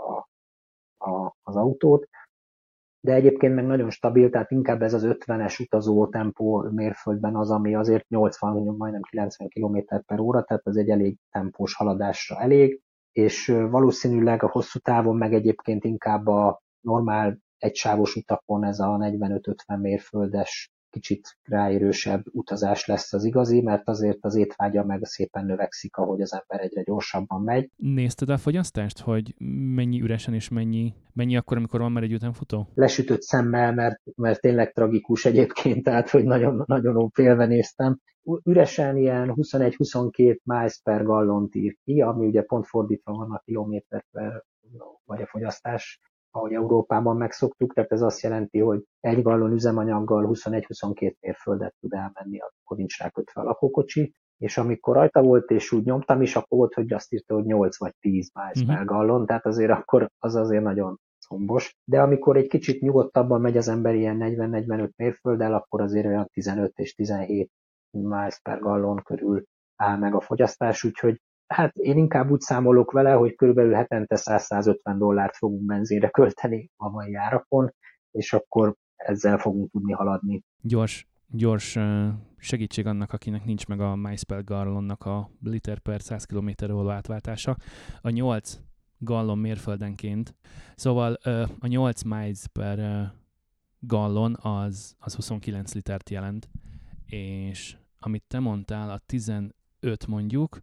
az autót, de egyébként meg nagyon stabil, tehát inkább ez az 50-es utazó tempó mérföldben az, ami azért 80, majdnem 90 km/h, tehát ez egy elég tempós haladásra elég, és valószínűleg a hosszú távon meg egyébként inkább a normál egysávos utakon ez a 45-50 mérföldes kicsit ráérősebb utazás lesz az igazi, mert azért az étvágya meg szépen növekszik, ahogy az ember egyre gyorsabban megy. Nézted a fogyasztást, hogy mennyi üresen és mennyi akkor, amikor van már egy ütemfutó? Lesütött szemmel, mert tényleg tragikus egyébként, tehát hogy nagyon, nagyon félve néztem. Üresen ilyen 21-22 miles per gallont ír ki, ami ugye pont fordítva van a kilométer per, vagy a fogyasztás, ahogy Európában megszoktuk, tehát ez azt jelenti, hogy 1 gallon üzemanyaggal 21-22 mérföldet tud elmenni, akkor nincs rákötve a lakókocsi, és amikor rajta volt, és úgy nyomtam is, akkor volt, hogy azt írta, hogy 8 vagy 10 miles per gallon, tehát azért akkor az azért nagyon szombos. De amikor egy kicsit nyugodtabban megy az ember ilyen 40-45 mérfölddel, akkor azért olyan 15 és 17 miles per gallon körül áll meg a fogyasztás, úgyhogy hát én inkább úgy számolok vele, hogy körülbelül hetente $100-150 fogunk benzínre költeni a mai árakon, és akkor ezzel fogunk tudni haladni. Gyors segítség annak, akinek nincs meg a miles per gallonnak a liter per 100 km-re való átváltása. A 8 gallon mérföldenként, szóval a 8 miles per gallon az 29 litert jelent, és amit te mondtál, a 15 mondjuk,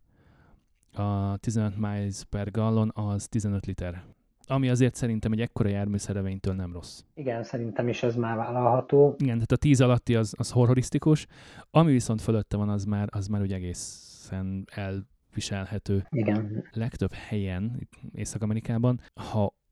a 15 miles per gallon az 15 liter. Ami azért szerintem egy ekkora járműszerelvénytől nem rossz. Igen, szerintem is ez már vállalható. Igen, tehát a 10 alatti az horrorisztikus, ami viszont fölötte van, az már úgy egészen elviselhető. Igen. Legtöbb helyen, Észak-Amerikában, ha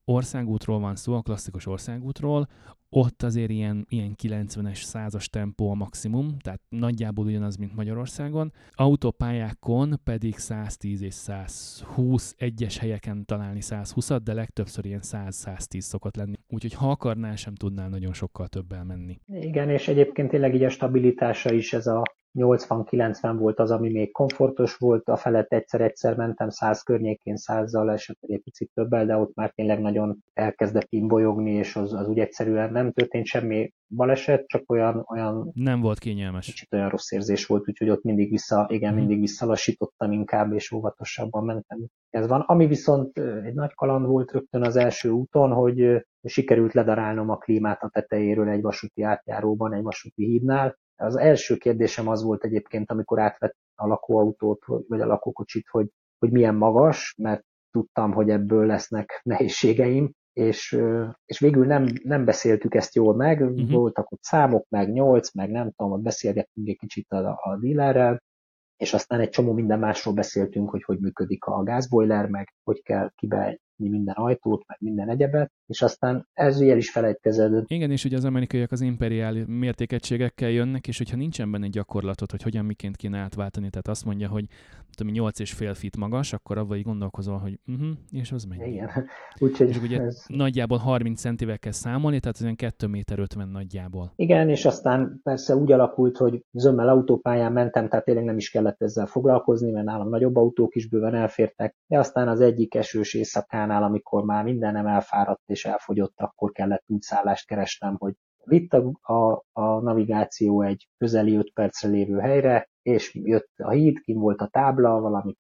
országútról van szó, a klasszikus országútról, ott azért ilyen 90-es, 100-as tempó a maximum, tehát nagyjából ugyanaz, mint Magyarországon. Autópályákon pedig 110 és 120, egyes helyeken találni 120-at, de legtöbbször ilyen 100-110 szokott lenni. Úgyhogy ha akarnál, sem tudnál nagyon sokkal többel menni. Igen, és egyébként tényleg így a stabilitása is, ez a 80-90 volt az, ami még komfortos volt, a felett egyszer-egyszer mentem 100 környékén, 100-zal, esetleg egy picit többel, de ott már tényleg nagyon elkezdett imbolyogni, és az úgy egyszerűen nem történt semmi baleset, csak olyan nem volt kényelmes. Kicsit olyan rossz érzés volt, úgyhogy ott mindig visszalassítottam inkább, és óvatosabban mentem. Ez van. Ami viszont egy nagy kaland volt rögtön az első úton, hogy sikerült ledarálnom a klímát a tetejéről egy vasúti átjáróban, egy vasúti hídnál. Az első kérdésem az volt egyébként, amikor átvett a lakóautót, vagy a lakókocsit, hogy milyen magas, mert tudtam, hogy ebből lesznek nehézségeim, és végül nem beszéltük ezt jól meg, voltak ott számok, meg 8, meg nem tudom, ott beszélgettünk egy kicsit a dílerrel, és aztán egy csomó minden másról beszéltünk, hogy működik a gázbojler, meg hogy kell kibenyitni minden ajtót, meg minden egyebet, és aztán ez el is felejtkezett. Igen, és ugye az amerikaiak az imperiál mértékegységekkel jönnek, és hogyha nincsen benne gyakorlatot, hogy hogyan miként kéne átváltani, tehát azt mondja, hogy 8,5 feet magas, akkor avval így gondolkozol, hogy és az mennyi. Igen. Úgyhogy és ugye nagyjából 30 centivel kell számolni, tehát olyan 2,50 méter nagyjából. Igen, és aztán persze úgy alakult, hogy zömmel autópályán mentem, tehát tényleg nem is kellett ezzel foglalkozni, mert nálam nagyobb autók is bőven elfértek, de aztán az egyik esős éjszakánál, amikor már mindenem elfáradt és elfogyott, akkor kellett útszállást keresnem, hogy vitt a navigáció egy közeli 5 percre lévő helyre, és jött a híd, kint volt a tábla, valami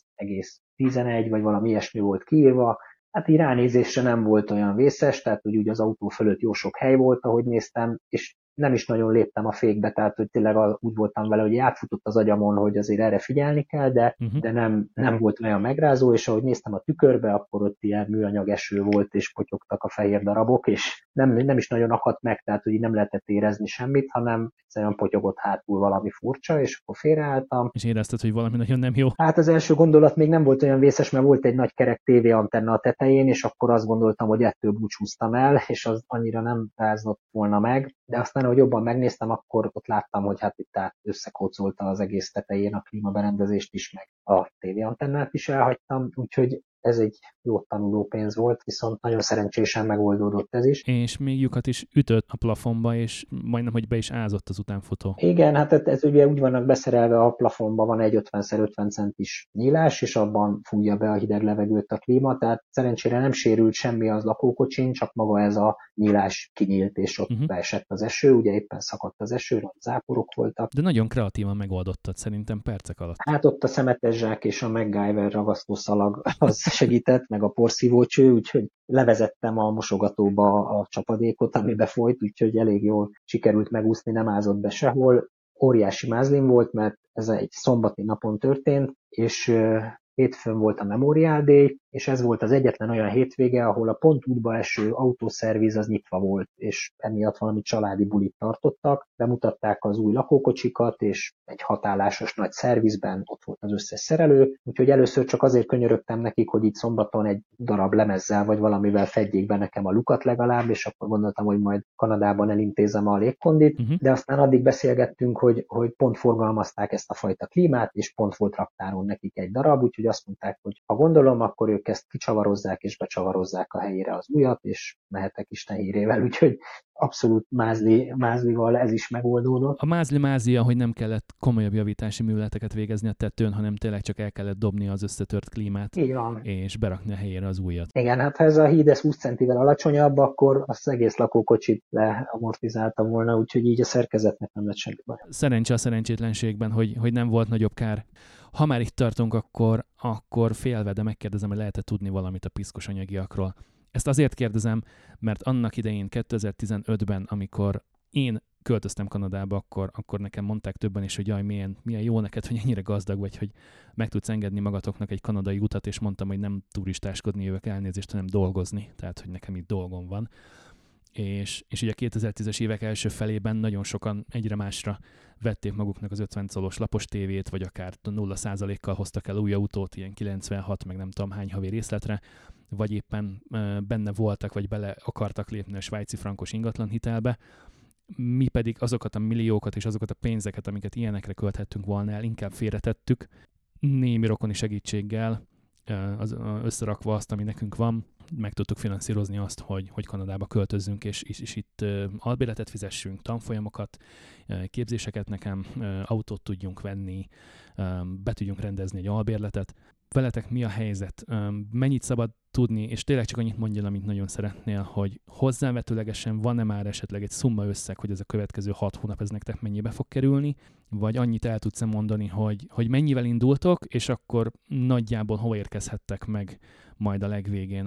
9,11 vagy valami ilyesmi volt kiírva, hát így ránézésre nem volt olyan vészes, tehát hogy úgy az autó fölött jó sok hely volt, ahogy néztem, és nem is nagyon léptem a fékbe, tehát hogy tényleg úgy voltam vele, hogy átfutott az agyamon, hogy azért erre figyelni kell, de nem volt olyan megrázó, és ahogy néztem a tükörbe, akkor ott ilyen műanyag eső volt, és potyogtak a fehér darabok, és nem is nagyon akadt meg, tehát hogy nem lehetett érezni semmit, hanem egyszerűen potyogott hátul valami furcsa, és akkor félreálltam. És érezted, hogy valami nagyon nem jó? Hát az első gondolat még nem volt olyan vészes, mert volt egy nagy kerek tévéantenna a tetején, és akkor azt gondoltam, hogy ettől búcsúztam el, és az annyira nem rázott volna meg, de aztán, ahogy jobban megnéztem, akkor ott láttam, hogy hát itt összekócolta az egész tetején a klímaberendezést is, meg a tévéantennát is elhagytam, úgyhogy ez egy jó tanulópénz volt, viszont nagyon szerencsésen megoldódott ez is. És még lyukat is ütött a plafonba, és majdnem, hogy be is ázott az utánfutó. Igen, hát ez ugye úgy vannak beszerelve, a plafonba van egy 50x50 centis nyílás, és abban fújja be a hideg levegőt a klíma, tehát szerencsére nem sérült semmi az lakókocsin, csak maga ez a nyílás kinyílt, és ott beesett az eső, ugye éppen szakadt az eső, nagy záporok voltak. De nagyon kreatívan megoldottad szerintem percek alatt. Hát ott a szemetes zsák és a MacGyver ragasztószalag az segített, meg a porszívócső, úgyhogy levezettem a mosogatóba a csapadékot, ami befolyt, úgyhogy elég jól sikerült megúszni, nem ázott be sehol. Óriási mázlim volt, mert ez egy szombati napon történt, és hétfőn volt a Memorial Day, és ez volt az egyetlen olyan hétvége, ahol a pont útba eső autószerviz az nyitva volt, és emiatt valami családi bulit tartottak, bemutatták az új lakókocsikat, és egy hatállásos nagy szervizben ott volt az összes szerelő, úgyhogy először csak azért könyörögtem nekik, hogy itt szombaton egy darab lemezzel vagy valamivel fedjék be nekem a lukat legalább, és akkor gondoltam, hogy majd Kanadában elintézem a légkondit, de aztán addig beszélgettünk, hogy pont forgalmazták ezt a fajta klímát, és pont volt raktáron nekik egy darab, úgyhogy azt mondták, hogy ha gondolom, akkor ők ezt kicsavarozzák és becsavarozzák a helyére az újat, és mehetek Isten hírével, úgyhogy abszolút mázlival ez is megoldódott. A mázlia, hogy nem kellett komolyabb javítási műveleteket végezni a tetőn, hanem tényleg csak el kellett dobni az összetört klímát, és berakni a helyére az újat. Igen, hát ha ez a híd 20 centivel alacsonyabb, akkor az egész lakókocsit leamortizálta volna, úgyhogy így a szerkezetnek nem lett semmi baj. Szerencse a szerencsétlenségben, hogy nem volt nagyobb kár. Ha már itt tartunk, akkor félve, de megkérdezem, hogy lehet-e tudni valamit a piszkos anyagiakról. Ezt azért kérdezem, mert annak idején 2015-ben, amikor én költöztem Kanadába, akkor nekem mondták többen is, hogy jaj, milyen jó neked, hogy ennyire gazdag vagy, hogy meg tudsz engedni magatoknak egy kanadai utat, és mondtam, hogy nem turistáskodni jövök, elnézést, hanem dolgozni, tehát hogy nekem itt dolgom van. És ugye a 2010-es évek első felében nagyon sokan egyre másra vették maguknak az 50 colos lapos tévét, vagy akár 0%-kal hoztak el új autót, ilyen 96, meg nem tudom hány havi részletre, vagy éppen benne voltak, vagy bele akartak lépni a svájci frankos ingatlanhitelbe. Mi pedig azokat a milliókat és azokat a pénzeket, amiket ilyenekre költhettünk volna el, inkább félretettük, némi rokoni segítséggel, összerakva azt, ami nekünk van, meg tudtuk finanszírozni azt, hogy Kanadába költözzünk, és itt albérletet fizessünk, tanfolyamokat, képzéseket nekem, autót tudjunk venni, be tudjunk rendezni egy albérletet. Veletek mi a helyzet? Mennyit szabad tudni, és tényleg csak annyit mondjál, amit nagyon szeretnél, hogy hozzávetőlegesen van-e már esetleg egy szumma összeg, hogy ez a következő 6 hónap ez nektek mennyibe fog kerülni, vagy annyit el tudsz mondani, hogy mennyivel indultok, és akkor nagyjából hova érkezhettek meg majd a legvégén,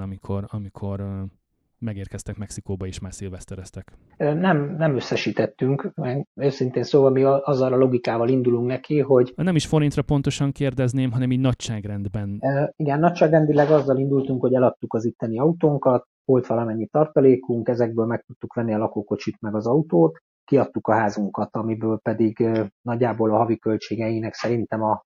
amikor megérkeztek Mexikóba és már szilvesztereztek? Nem összesítettünk, őszintén szóval mi azzal a logikával indulunk neki, hogy... Nem is forintra pontosan kérdezném, hanem így nagyságrendben. Igen, nagyságrendileg azzal indultunk, hogy eladtuk az itteni autónkat, volt valamennyi tartalékunk, ezekből meg tudtuk venni a lakókocsit meg az autót, kiadtuk a házunkat, amiből pedig nagyjából a havi költségeinek szerintem a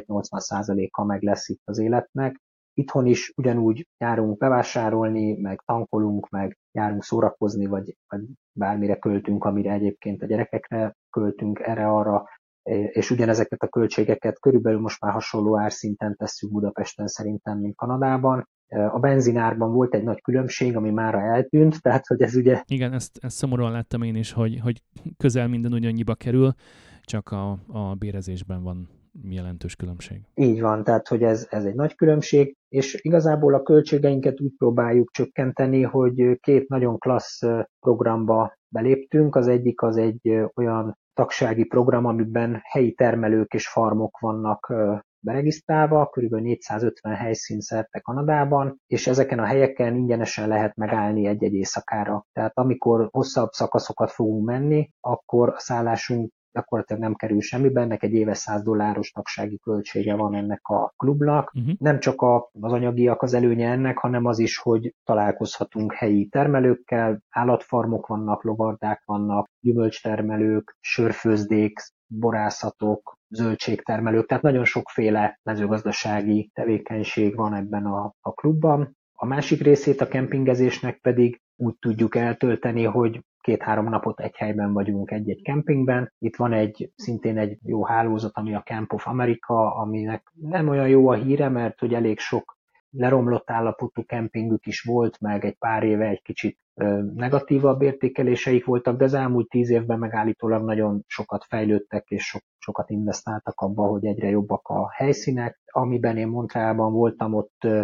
75-80%-a meg lesz itt az életnek. Itthon is ugyanúgy járunk bevásárolni, meg tankolunk, meg járunk szórakozni, vagy bármire költünk, amire egyébként a gyerekekre költünk, erre-arra, és ugyanezeket a költségeket körülbelül most már hasonló árszinten tesszük Budapesten szerintem, mint Kanadában. A benzinárban volt egy nagy különbség, ami mára eltűnt, tehát hogy ez ugye... Igen, ezt szomorúan láttam én is, hogy közel minden ugyannyiba kerül, csak a bérezésben van jelentős különbség. Így van, tehát hogy ez egy nagy különbség, és igazából a költségeinket úgy próbáljuk csökkenteni, hogy 2 nagyon klassz programba beléptünk. Az egyik az egy olyan tagsági program, amiben helyi termelők és farmok vannak beregisztrálva, kb. 450 helyszín szerte Kanadában, és ezeken a helyeken ingyenesen lehet megállni egy-egy éjszakára. Tehát amikor hosszabb szakaszokat fogunk menni, akkor a szállásunk gyakorlatilag nem kerül semmibe, ennek egy éves $100 tagsági költsége van ennek a klubnak. Nem csak az anyagiak az előnye ennek, hanem az is, hogy találkozhatunk helyi termelőkkel, állatfarmok vannak, lovardák vannak, gyümölcstermelők, sörfőzdék, borászatok, zöldségtermelők, tehát nagyon sokféle mezőgazdasági tevékenység van ebben a klubban. A másik részét a kempingezésnek pedig úgy tudjuk eltölteni, hogy 2-3 napot egy helyben vagyunk egy-egy kempingben. Itt van szintén egy jó hálózat, ami a Camp of America, aminek nem olyan jó a híre, mert hogy elég sok leromlott állapotú kempingük is volt, meg egy pár éve egy kicsit negatívabb értékeléseik voltak, de az elmúlt 10 évben megállítólag nagyon sokat fejlődtek, és sokat investáltak abba, hogy egyre jobbak a helyszínek. Amiben én Montrealban voltam,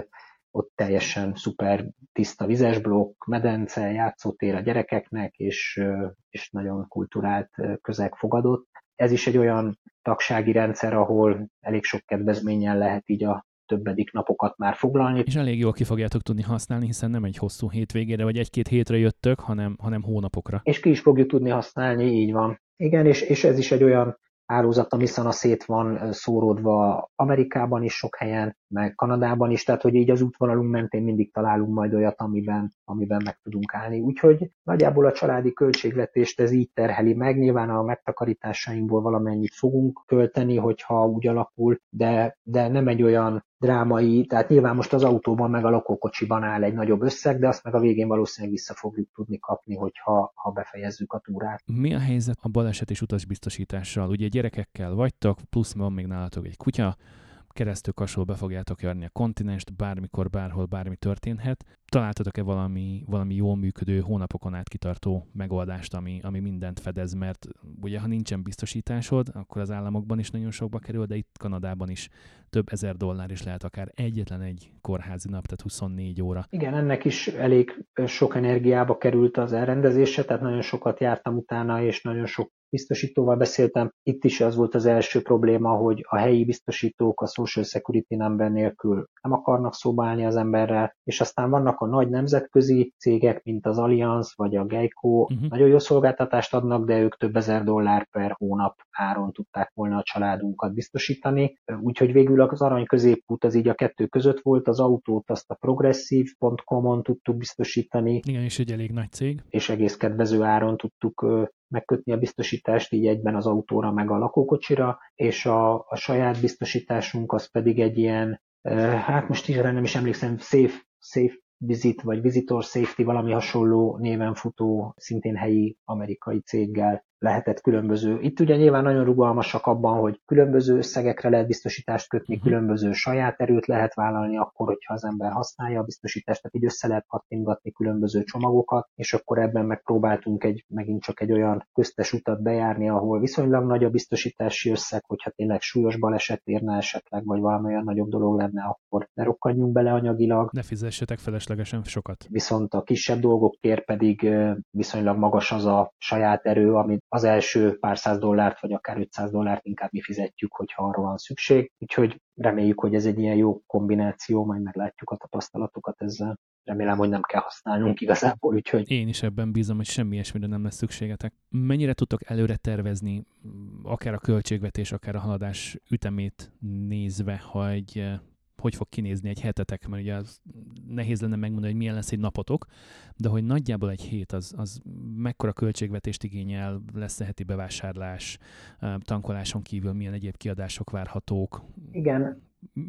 ott teljesen szuper tiszta vizesblokk, medence, játszótér a gyerekeknek, és nagyon kulturált közeg fogadott. Ez is egy olyan tagsági rendszer, ahol elég sok kedvezménnyel lehet így a többedik napokat már foglalni. És elég jól ki fogjátok tudni használni, hiszen nem egy hosszú hétvégére vagy 1-2 hétre jöttök, hanem hónapokra. És ki is fogjuk tudni használni, így van. Igen, és ez is egy olyan hálózat, ami szét van szóródva Amerikában is sok helyen, meg Kanadában is, tehát hogy így az útvonalunk mentén mindig találunk majd olyat, amiben meg tudunk állni. Úgyhogy nagyjából a családi költségvetést ez így terheli meg, nyilván a megtakarításainkból valamennyit fogunk költeni, hogyha úgy alakul, de nem egy olyan drámai, tehát nyilván most az autóban meg a lakókocsiban áll egy nagyobb összeg, de azt meg a végén valószínűleg vissza fogjuk tudni kapni, hogyha befejezzük a túrát. Mi a helyzet a baleset és utasbiztosítással? Ugye gyerekekkel vagytok, plusz van még nálatok egy kutya, keresztül-kasul be fogjátok járni a kontinenst, bármikor, bárhol, bármi történhet. Találtatok-e valami jól működő, hónapokon át kitartó megoldást, ami mindent fedez, mert ugye ha nincsen biztosításod, akkor az államokban is nagyon sokba kerül, de itt Kanadában is több $1000 is lehet akár egyetlen egy kórházi nap, tehát 24 óra. Igen, ennek is elég sok energiába került az elrendezése, tehát nagyon sokat jártam utána, és nagyon sok biztosítóval beszéltem. Itt is az volt az első probléma, hogy a helyi biztosítók a Social Security number nélkül nem akarnak szóba állni az emberrel, és aztán vannak a nagy nemzetközi cégek, mint az Allianz vagy a Geico, nagyon jó szolgáltatást adnak, de ők több $1000 per hónap áron tudták volna a családunkat biztosítani. Úgyhogy végül az arany középút az így a kettő között volt, az autót azt a progressive.com-on tudtuk biztosítani. Igen, és egy elég nagy cég. És egész kedvező áron tudtuk megkötni a biztosítást, így egyben az autóra meg a lakókocsira, és a saját biztosításunk az pedig egy ilyen, hát most is nem is emlékszem, Safe Safe Visit, vagy Visitor Safety, valami hasonló néven futó, szintén helyi amerikai céggel lehetett különböző. Itt ugye nyilván nagyon rugalmasak abban, hogy különböző összegekre lehet biztosítást kötni, különböző saját erőt lehet vállalni akkor, hogyha az ember használja a biztosítást, tehát így össze lehet kattintgatni különböző csomagokat, és akkor ebben megpróbáltunk megint csak egy olyan köztes utat bejárni, ahol viszonylag nagy a biztosítási összeg, hogyha tényleg súlyos baleset érne esetleg, vagy valami olyan nagyobb dolog lenne, akkor ne rokkadjunk bele anyagilag. Ne fizessetek feleslegesen sokat. Viszont a kisebb dolgokért pedig viszonylag magas az a saját erő, amit az első pár $100 vagy akár $500 inkább mi fizetjük, hogyha arra van szükség. Úgyhogy reméljük, hogy ez egy ilyen jó kombináció, majd meglátjuk a tapasztalatokat ezzel. Remélem, hogy nem kell használnunk igazából, úgyhogy... Én is ebben bízom, hogy semmi ilyesmire nem lesz szükségetek. Mennyire tudtok előre tervezni, akár a költségvetés, akár a haladás ütemét nézve, hogy fog kinézni egy hetetek, mert ugye az nehéz lenne megmondani, hogy milyen lesz egy napotok, de hogy nagyjából egy hét az mekkora költségvetést igényel, lesz heti bevásárlás, tankoláson kívül milyen egyéb kiadások várhatók. Igen.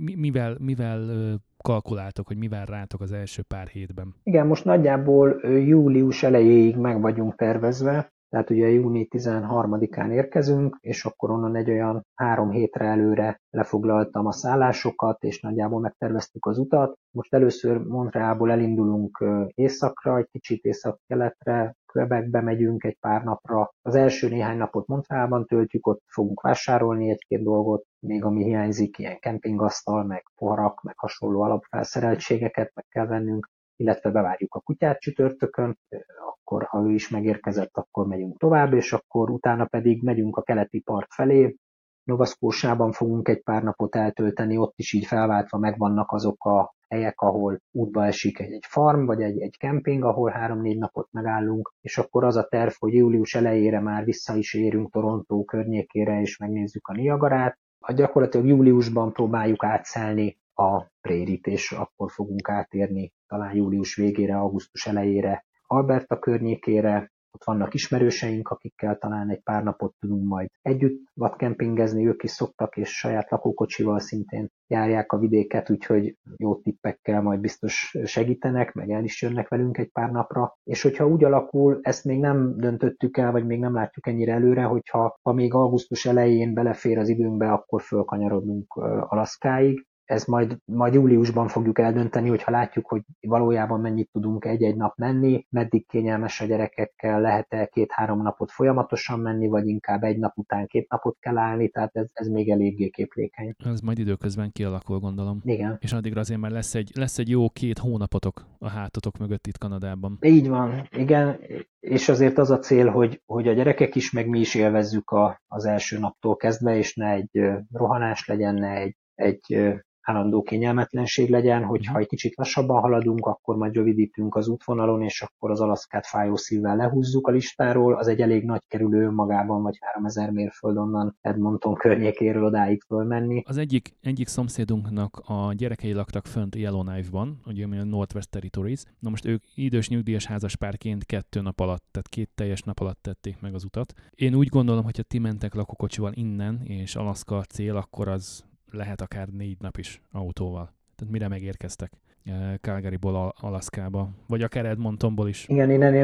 Mivel kalkuláltok, hogy mivel rátok az első pár hétben? Igen, most nagyjából július elejéig meg vagyunk tervezve, tehát ugye június 13-án érkezünk, és akkor onnan egy olyan 3 hétre előre lefoglaltam a szállásokat, és nagyjából megterveztük az utat. Most először Montrealból elindulunk északra, egy kicsit észak-keletre, Quebecbe megyünk egy pár napra. Az első néhány napot Montrealban töltjük, ott fogunk vásárolni egy-két dolgot, még ami hiányzik, ilyen kempingasztal, meg poharak, meg hasonló alapfelszereltségeket meg kell vennünk, illetve bevárjuk a kutyát csütörtökön, akkor ha ő is megérkezett, akkor megyünk tovább, és akkor utána pedig megyünk a keleti part felé. Nova Scotiában fogunk egy pár napot eltölteni, ott is így felváltva megvannak azok a helyek, ahol útba esik egy farm, vagy egy kemping, ahol 3-4 napot megállunk, és akkor az a terv, hogy július elejére már vissza is érünk Toronto környékére, és megnézzük a Niagarát. Gyakorlatilag júliusban próbáljuk átszelni a Prérit, és akkor fogunk átérni talán július végére, augusztus elejére Alberta környékére. Ott vannak ismerőseink, akikkel talán egy pár napot tudunk majd együtt vadkempingezni, ők is szoktak, és saját lakókocsival szintén járják a vidéket, úgyhogy jó tippekkel majd biztos segítenek, meg el is jönnek velünk egy pár napra. És hogyha úgy alakul, ezt még nem döntöttük el, vagy még nem látjuk ennyire előre, hogyha még augusztus elején belefér az időnkbe, akkor fölkanyarodunk Alaszkáig. Ez majd júliusban fogjuk eldönteni, hogyha látjuk, hogy valójában mennyit tudunk egy-egy nap menni, meddig kényelmes a gyerekekkel, lehet-e 2-3 napot folyamatosan menni, vagy inkább egy nap után 2 napot kell állni, tehát ez még eléggé képlékeny. Ez majd időközben kialakul, gondolom. Igen. És addigra azért már lesz egy jó 2 hónapotok a hátatok mögött itt Kanadában. Így van, igen, és azért az a cél, hogy a gyerekek is, meg mi is élvezzük az első naptól kezdve, és ne egy rohanás legyen, ne egy állandó kényelmetlenség legyen, hogyha egy kicsit lassabban haladunk, akkor majd rövidítünk az útvonalon, és akkor az Alaszkát fájó szívvel lehúzzuk a listáról. Az egy elég nagy kerülő önmagában, vagy 3000 mérföld onnan Edmonton környékéről odáig fölmenni. Az egyik szomszédunknak a gyerekei laktak fönt Yellowknife-ban, ugye a Northwest Territories. Na most ők idős nyugdíjas házaspárként 2 nap alatt, tehát 2 teljes nap alatt tették meg az utat. Én úgy gondolom, hogy ha ti mentek lakókocsival innen, és Alaszka a cél, akkor az lehet akár 4 nap is autóval. Tehát mire megérkeztek? Calgaryból Alaszkába, vagy akár Edmontonból is. Igen, én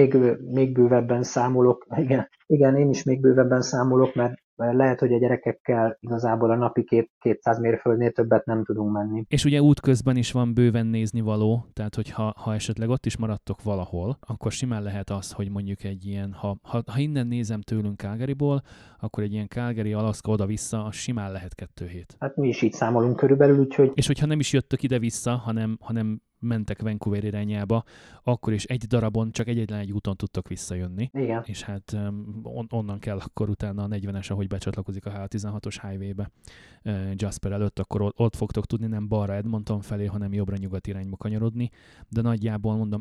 még bővebben számolok. Igen, én is még bővebben számolok, mert lehet, hogy a gyerekekkel igazából a napi 200 mérföldnél többet nem tudunk menni. És ugye útközben is van bőven néznivaló, tehát hogy ha esetleg ott is maradtok valahol, akkor simán lehet az, hogy mondjuk egy ilyen, ha innen nézem tőlünk Calgaryból, akkor egy ilyen Calgary, Alaszka oda-vissza, az simán lehet 2 hét. Hát mi is így számolunk körülbelül, úgyhogy... És hogyha nem is jöttök ide-vissza, hanem mentek Vancouver irányába, akkor is egy darabon, csak egyetlen egy úton tudtok visszajönni. Igen. És hát onnan kell akkor utána a 40-es, ahogy becsatlakozik a H16-os highway-be Jasper előtt, akkor ott fogtok tudni nem balra Edmonton felé, hanem jobbra-nyugat irányba kanyarodni, de nagyjából mondom,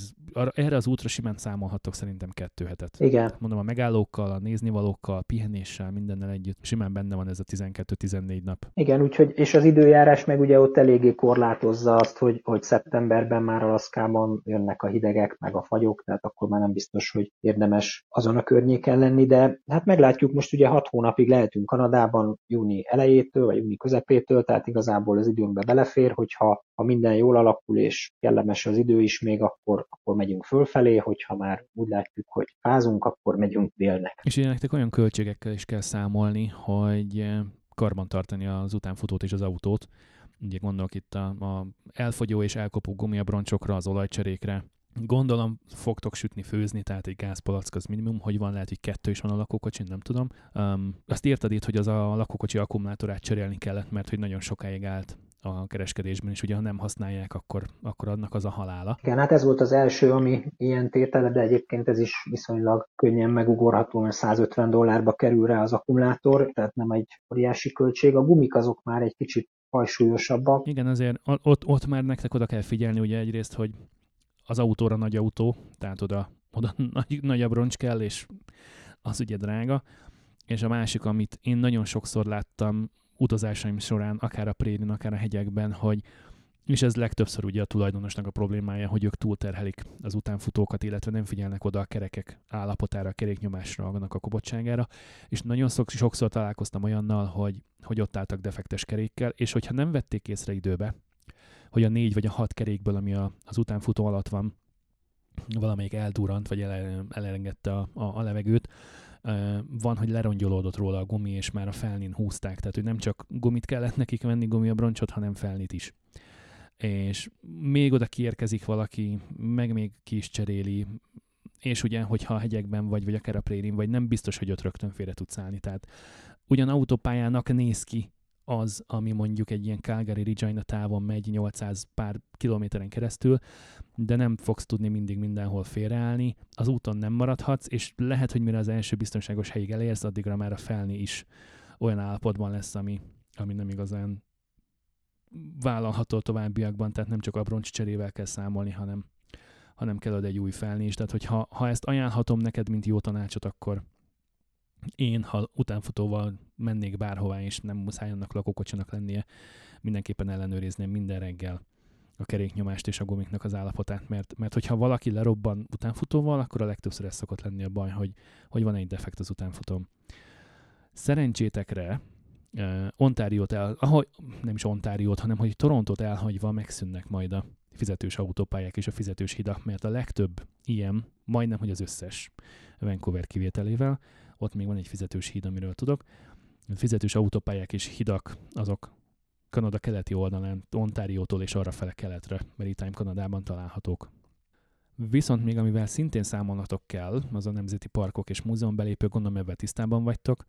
erre az útra simán számolhattok szerintem 2 hetet. Igen. Mondom, a megállókkal, a néznivalókkal, a pihenéssel, mindennel együtt simán benne van ez a 12-14 nap. Igen, úgyhogy, és az időjárás meg ugye ott eléggé korlátozza azt, hogy szeptemberben már Alaszkában jönnek a hidegek, meg a fagyok, tehát akkor már nem biztos, hogy érdemes azon a környéken lenni, de hát meglátjuk, most ugye 6 hónapig lehetünk Kanadában júni elejétől, vagy júni közepétől, tehát igazából az időnkbe belefér, hogyha minden jól alakul és kellemes az idő is még, akkor megyünk fölfelé, hogyha már úgy látjuk, hogy fázunk, akkor megyünk délnek. És ugye nektek olyan költségekkel is kell számolni, hogy karbantartani az utánfutót és az autót. Ugye gondolok itt a elfogyó és elkopó gumiabroncsokra, az olajcserékre. Gondolom fogtok sütni, főzni, tehát egy gázpalack az minimum, hogy van, lehet, hogy 2 is van a lakókocsin, nem tudom. Azt írtad itt, hogy az a lakókocsi akkumulátorát cserélni kellett, mert hogy nagyon sokáig állt a kereskedésben, és ugye ha nem használják, akkor annak az a halála. Igen, hát ez volt az első, ami ilyen tétele, de egyébként ez is viszonylag könnyen megugorható, mert $150 kerül rá az akkumulátor, tehát nem egy óriási költség. A gumik azok már egy kicsit fajsúlyosabbak. Igen, azért ott már nektek oda kell figyelni, ugye egyrészt, hogy az autóra nagy autó, tehát oda nagy abroncs kell, és az ugye drága. És a másik, amit én nagyon sokszor láttam utazásaim során, akár a prérin, akár a hegyekben, és ez legtöbbször ugye a tulajdonosnak a problémája, hogy ők túlterhelik az utánfutókat, illetve nem figyelnek oda a kerekek állapotára, a keréknyomásra, annak a kobottságára, és nagyon sokszor találkoztam olyannal, hogy ott álltak defektes kerékkel, és hogyha nem vették észre időbe, hogy a 4 vagy a 6 kerékből, ami az utánfutó alatt van, valamelyik eldurrant, vagy elengedte a levegőt, van, hogy lerongyolódott róla a gumi, és már a felnén húzták, tehát hogy nem csak gumit kellett nekik venni, gumiabroncsot, hanem felnit is. És még oda kiérkezik valaki, meg még ki is cseréli, és ugye, hogyha a hegyekben vagy akár a prérin vagy, nem biztos, hogy ott rögtön félre tudsz állni. Tehát ugyan autópályának néz ki az, ami mondjuk egy ilyen Calgary-Regina távon megy 800 pár kilométeren keresztül, de nem fogsz tudni mindig mindenhol félreállni, az úton nem maradhatsz, és lehet, hogy mire az első biztonságos helyig elérsz, addigra már a felni is olyan állapotban lesz, ami nem igazán vállalható továbbiakban, tehát nem csak abroncs cserével kell számolni, hanem kell oda egy új felni is. Tehát, hogy ha ezt ajánlhatom neked, mint jó tanácsot, akkor én, ha utánfutóval mennék bárhová, és nem muszáj annak lakókocsinak lennie, mindenképpen ellenőrizném minden reggel a keréknyomást és a gumiknak az állapotát, mert hogyha valaki lerobban utánfutóval, akkor a legtöbbször ez szokott lenni a baj, hogy van egy defekt az utánfutón. Szerencsétekre Ontáriót nem is Ontáriót, hanem hogy Torontót elhagyva megszűnnek majd a fizetős autópályák és a fizetős hidak, mert a legtöbb ilyen, majdnem, hogy az összes Vancouver kivételével, ott még van egy fizetős híd, amiről tudok. A fizetős autópályák és hidak azok Kanada keleti oldalán, Ontáriótól és arrafele keletre, Maritime Kanadában találhatók. Viszont még amivel szintén számolnatok kell, az a nemzeti parkok és múzeumbelépők, gondolom ebben tisztában vagytok,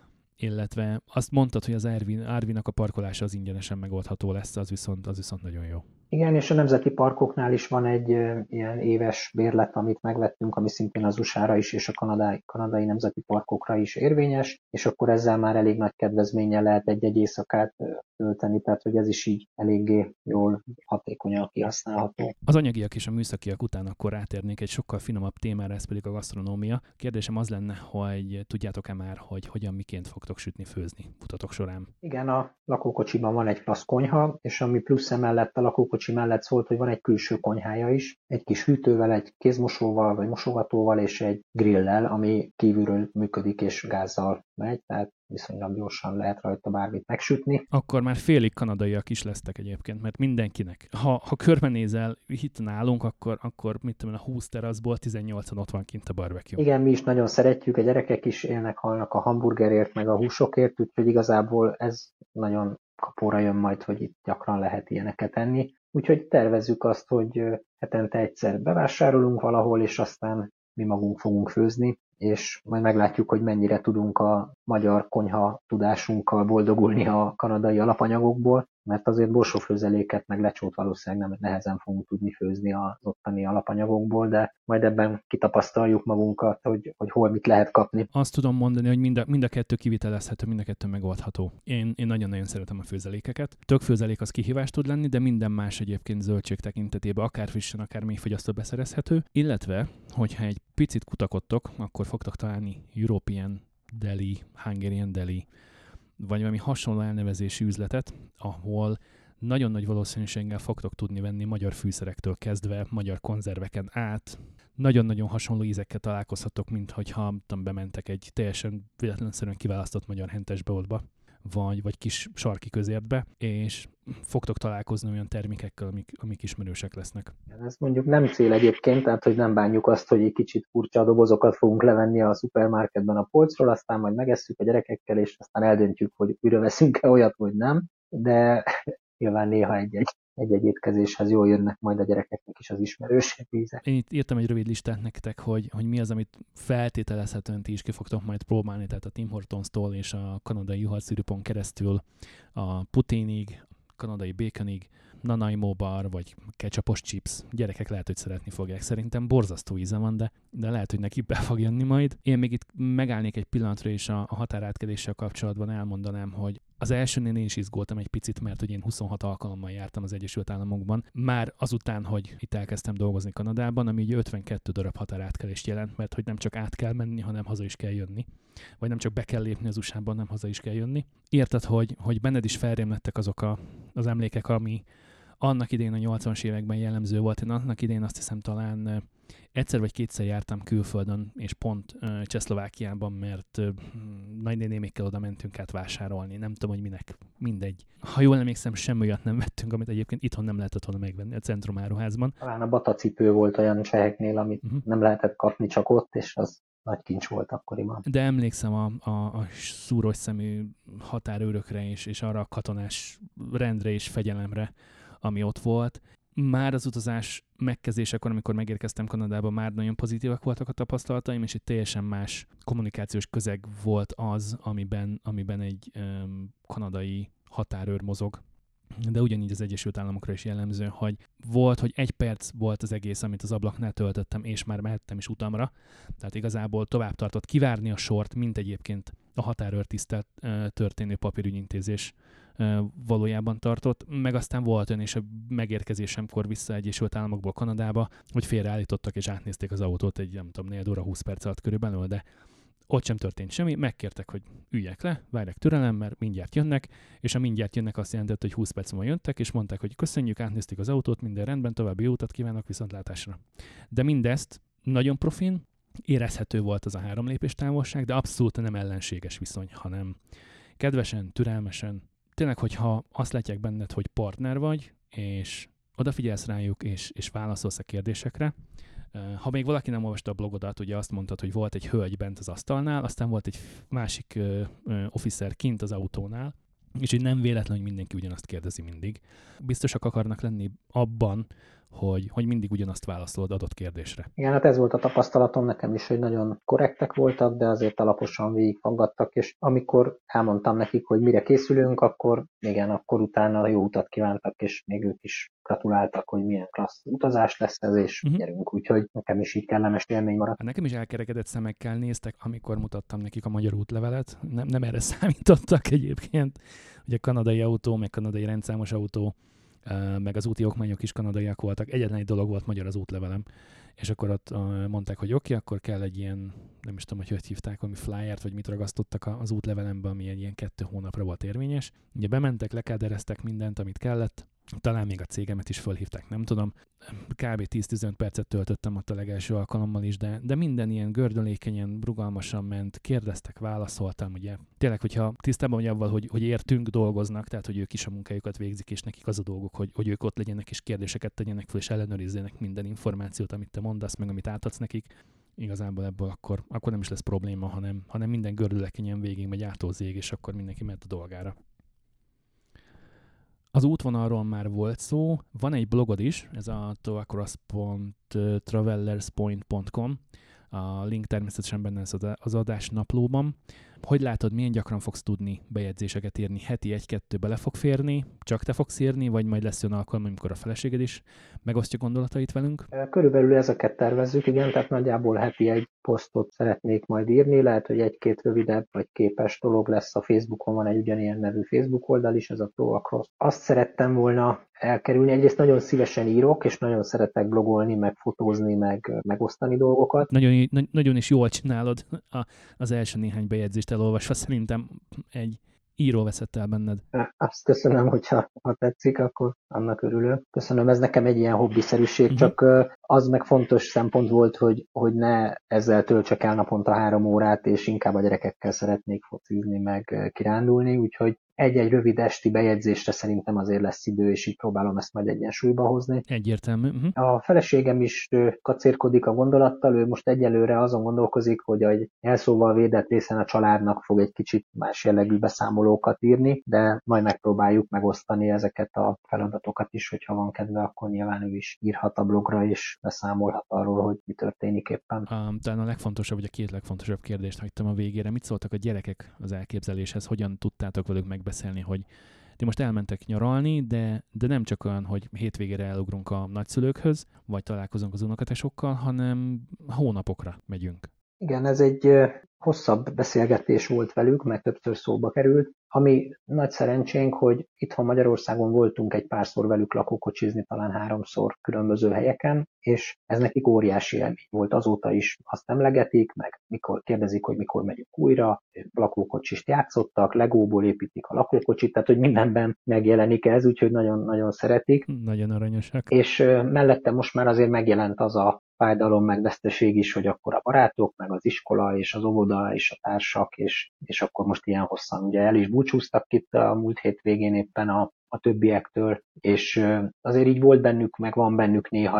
illetve azt mondtad, hogy az RV-nak a parkolása az ingyenesen megoldható lesz, az viszont nagyon jó. Igen, és a nemzeti parkoknál is van egy ilyen éves bérlet, amit megvettünk, ami szintén az USA-ra is, és a kanadai nemzeti parkokra is érvényes, és akkor ezzel már elég nagy kedvezménnyel lehet egy-egy éjszakát tölteni, tehát hogy ez is így eléggé jól, hatékonyan kihasználható. Az anyagiak és a műszakiak után akkor rátérnék egy sokkal finomabb témára, ez pedig a gasztronómia. Kérdésem az lenne, hogy tudjátok-e már, hogy hogyan, miként fogtok sütni, főzni utatok során? Igen, a lakókocsiban van egy klassz konyha, és ami plusz emellett a lakókocsi mellett szólt, hogy van egy külső konyhája is, egy kis hűtővel, egy kézmosóval vagy mosogatóval és egy grillel, ami kívülről működik és gázzal megy, tehát viszonylag gyorsan lehet rajta bármit megsütni. Akkor már félig kanadaiak is lesztek egyébként, mert mindenkinek. Ha körbenézel itt nálunk, akkor mit tudom, a 20 teraszból 18-an ott van kint a barbecue. Igen, mi is nagyon szeretjük, a gyerekek is élnek, halnak a hamburgerért, meg a húsokért, úgyhogy igazából ez nagyon kapóra jön majd, hogy itt gyakran lehet ilyeneket enni. Úgyhogy tervezzük azt, hogy hetente egyszer bevásárolunk valahol, és aztán mi magunk fogunk főzni, és majd meglátjuk, hogy mennyire tudunk a magyar konyha tudásunkkal boldogulni a kanadai alapanyagokból, mert azért borsófőzeléket meg lecsót valószínűleg nem nehezen fogunk tudni főzni az ottani alapanyagokból, de majd ebben kitapasztaljuk magunkat, hogy hol mit lehet kapni. Azt tudom mondani, hogy mind a kettő kivitelezhető, mind a kettő megoldható. Én nagyon-nagyon szeretem a főzelékeket. Tök főzelék az kihívás tud lenni, de minden más egyébként zöldség tekintetében akár frissen, akár mélyfogyasztó beszerezhető, illetve, hogyha egy picit kutakodtok, akkor fogtok találni European Deli, Hungarian Deli, vagy valami hasonló elnevezésű üzletet, ahol nagyon nagy valószínűséggel fogtok tudni venni magyar fűszerektől kezdve, magyar konzerveken át. Nagyon-nagyon hasonló ízekkel találkozhatok, mint hogyha bementek egy teljesen véletlenszerűen kiválasztott magyar hentesboltba, vagy kis sarki közértbe, és fogtok találkozni olyan termékekkel, amik ismerősek lesznek. Ez mondjuk nem cél egyébként, tehát hogy nem bánjuk azt, hogy egy kicsit furcsa dobozokat fogunk levenni a szupermarketben a polcról, aztán majd megesszük a gyerekekkel, és aztán eldöntjük, hogy újra veszünk-e olyat, vagy nem. De nyilván néha egy-egy étkezéshez jól jönnek majd a gyerekeknek is az ismerősebb ízek. Én itt írtam egy rövid listát nektek, hogy mi az, amit feltételezhetően ti is ki fogtok majd próbálni, tehát a Tim Hortons-tól és a kanadai juharszirupon keresztül a Putinig, kanadai baconig, Nanaimo bar, vagy ketchupos chips. Gyerekek lehet, hogy szeretni fogják. Szerintem borzasztó íze van, de lehet, hogy neki be fog jönni majd. Én még itt megállnék egy pillanatra, és a határátkedéssel kapcsolatban elmondanám, hogy az elsőnél én is izgultam egy picit, mert hogy én 26 alkalommal jártam az Egyesült Államokban. Már azután, hogy itt elkezdtem dolgozni Kanadában, ami ugye 52 darab határátkelést jelent, mert hogy nem csak át kell menni, hanem haza is kell jönni. Vagy nem csak be kell lépni az USA-ban, hanem haza is kell jönni. Érted, hogy benned is felrém lettek azok az emlékek, ami annak idején a 80-as években jellemző volt. Én annak idején azt hiszem talán egyszer vagy kétszer jártam külföldön, és pont Csehszlovákiában, mert nagynénémékkel oda mentünk át vásárolni. Nem tudom, hogy minek. Mindegy. Ha jól emlékszem, semmi olyat nem vettünk, amit egyébként itthon nem lehetett volna megvenni a Centrum áruházban. Talán a batacipő volt olyan cseheknél, amit nem lehetett kapni csak ott, és az nagy kincs volt akkoriban. De emlékszem a szúros szemű határőrökre és arra a katonás rendre és fegyelemre, ami ott volt. Már az utazás megkezdésekor, amikor megérkeztem Kanadába, már nagyon pozitívak voltak a tapasztalataim, és egy teljesen más kommunikációs közeg volt az, amiben egy kanadai határőr mozog. De ugyanígy az Egyesült Államokra is jellemző, hogy egy perc volt az egész, amit az ablaknál töltöttem, és már mehettem is utamra. Tehát igazából tovább tartott kivárni a sort, mint egyébként a határőrtiszttel történő papírügyintézés valójában tartott. Meg aztán volt ön és a megérkezésemkor vissza Egyesült Államokból Kanadába, hogy félreállítottak és átnézték az autót egy, nem tudom, 4 óra 20 perc alatt körülbelül, de ott sem történt semmi, megkértek, hogy üljek le, várják türelem, mert mindjárt jönnek, és a mindjárt jönnek azt jelentett, hogy 20 perc múlva jöttek, és mondták, hogy köszönjük, átnézték az autót, minden rendben, további jó utat kívánok, viszontlátásra. De mindezt nagyon profin, érezhető volt az a 3 lépés távolság, de abszolút nem ellenséges viszony, hanem kedvesen, türelmesen. Tényleg, hogyha azt látják benned, hogy partner vagy, és odafigyelsz rájuk, és válaszolsz a kérdésekre. Ha még valaki nem olvasta a blogodat, ugye azt mondtad, hogy volt egy hölgy bent az asztalnál, aztán volt egy másik officer kint az autónál, és így nem véletlen, hogy mindenki ugyanazt kérdezi mindig. Biztosak akarnak lenni abban, hogy mindig ugyanazt válaszolod adott kérdésre. Igen, hát ez volt a tapasztalatom nekem is, hogy nagyon korrektek voltak, de azért alaposan végigfaggattak, és amikor elmondtam nekik, hogy mire készülünk, akkor utána jó utat kívántak, és még ők is gratuláltak, hogy milyen klassz utazás lesz ez, és gyerünk, úgyhogy nekem is így kellemes élmény maradt. Nekem is elkerekedett szemekkel néztek, amikor mutattam nekik a magyar útlevelet. Nem erre számítottak egyébként, hogy a kanadai autó, meg kanadai rendszámos autó, meg az úti okmányok is kanadaiak voltak. Egyetlen egy dolog volt magyar az útlevelem, és akkor ott mondták, hogy oké, akkor kell egy ilyen, nem is tudom, hogy hívták, valami flyert, vagy mit ragasztottak az útlevelembe, ami egy ilyen 2 hónapra volt érvényes. Ugye bementek, lekádereztek mindent, amit kellett, talán még a cégemet is fölhívták, nem tudom. Kb. 10-15 percet töltöttem ott a legelső alkalommal is, de minden ilyen gördülékenyen, rugalmasan ment, kérdeztek, válaszoltam, ugye. Tényleg, hogyha tisztában vagy avval, hogy értünk, dolgoznak, tehát hogy ők is a munkájukat végzik, és nekik az a dolgok, hogy ők ott legyenek, és kérdéseket tegyenek fel, és ellenőrizzenek minden információt, amit te mondasz, meg amit átadsz nekik. Igazából ebből akkor nem is lesz probléma, hanem minden gördülékenyen végig megy ától-zég, és akkor mindenki mehet a dolgára. Az útvonalról már volt szó, van egy blogod is, ez a toacross.travellerspoint.com, a link természetesen benne az adás naplóban. Hogy látod, milyen gyakran fogsz tudni bejegyzéseket írni? Heti 1-2 bele fog férni, csak te fogsz írni, vagy majd lesz olyan alkalom, amikor a feleséged is megosztja gondolatait velünk? Körülbelül ezeket tervezzük, igen, tehát nagyjából heti egy posztot szeretnék majd írni, lehet, hogy 1-2 rövidebb vagy képes dolog lesz. A Facebookon van egy ugyanilyen nevű Facebook oldal is, ez a Pro Across. Azt szerettem volna elkerülni, egyrészt nagyon szívesen írok, és nagyon szeretek blogolni, meg fotózni, meg megosztani dolgokat. Nagyon is jól csinálod az első néhány bejegyzést elolvasva, szerintem egy író veszett el benned? Azt köszönöm, hogyha tetszik, akkor annak örülök. Köszönöm, ez nekem egy ilyen hobbiszerűség, Uh-huh. csak az meg fontos szempont volt, hogy ne ezzel töltsek el naponta 3 órát, és inkább a gyerekekkel szeretnék focizni, meg kirándulni, úgyhogy egy-egy rövid esti bejegyzésre szerintem azért lesz idő, és így próbálom ezt majd egyensúlyba hozni. Egyértelmű. Uh-huh. A feleségem is kacérkodik a gondolattal, ő most egyelőre azon gondolkozik, hogy egy elszóval védett részen a családnak fog egy kicsit más jellegű beszámolókat írni, de majd megpróbáljuk megosztani ezeket a feladatokat is, hogyha van kedve, akkor nyilván ő is írhat a blogra, és beszámolhat arról, hogy mi történik éppen. Talán a legfontosabb, vagy a két legfontosabb kérdést hagytam a végére. Mit szóltak a gyerekek az elképzeléshez? Hogyan tudtátok velük megbeszélni, hogy ti most elmentek nyaralni, de nem csak olyan, hogy hétvégére elugrunk a nagyszülőkhöz, vagy találkozunk az unokatesokkal, hanem hónapokra megyünk. Igen, ez egy hosszabb beszélgetés volt velük, mert többször szóba került. Ami nagy szerencsénk, hogy itthon Magyarországon voltunk egy párszor velük lakókocsizni, talán 3-szor különböző helyeken, és ez nekik óriási élmény volt. Azóta is azt emlegetik, meg mikor kérdezik, hogy mikor megyünk újra, lakókocsist játszottak, legóból építik a lakókocsit, tehát hogy mindenben megjelenik ez, úgyhogy nagyon-nagyon szeretik. Nagyon aranyosak. És mellette most már azért megjelent az a fájdalom, meg veszteség is, hogy akkor a barátok, meg az iskola, és az óvoda, és a társak, és akkor most ilyen hosszan ugye el is búcsúztak itt a múlt hétvégén éppen a többiektől, és azért így volt bennük, meg van bennük néha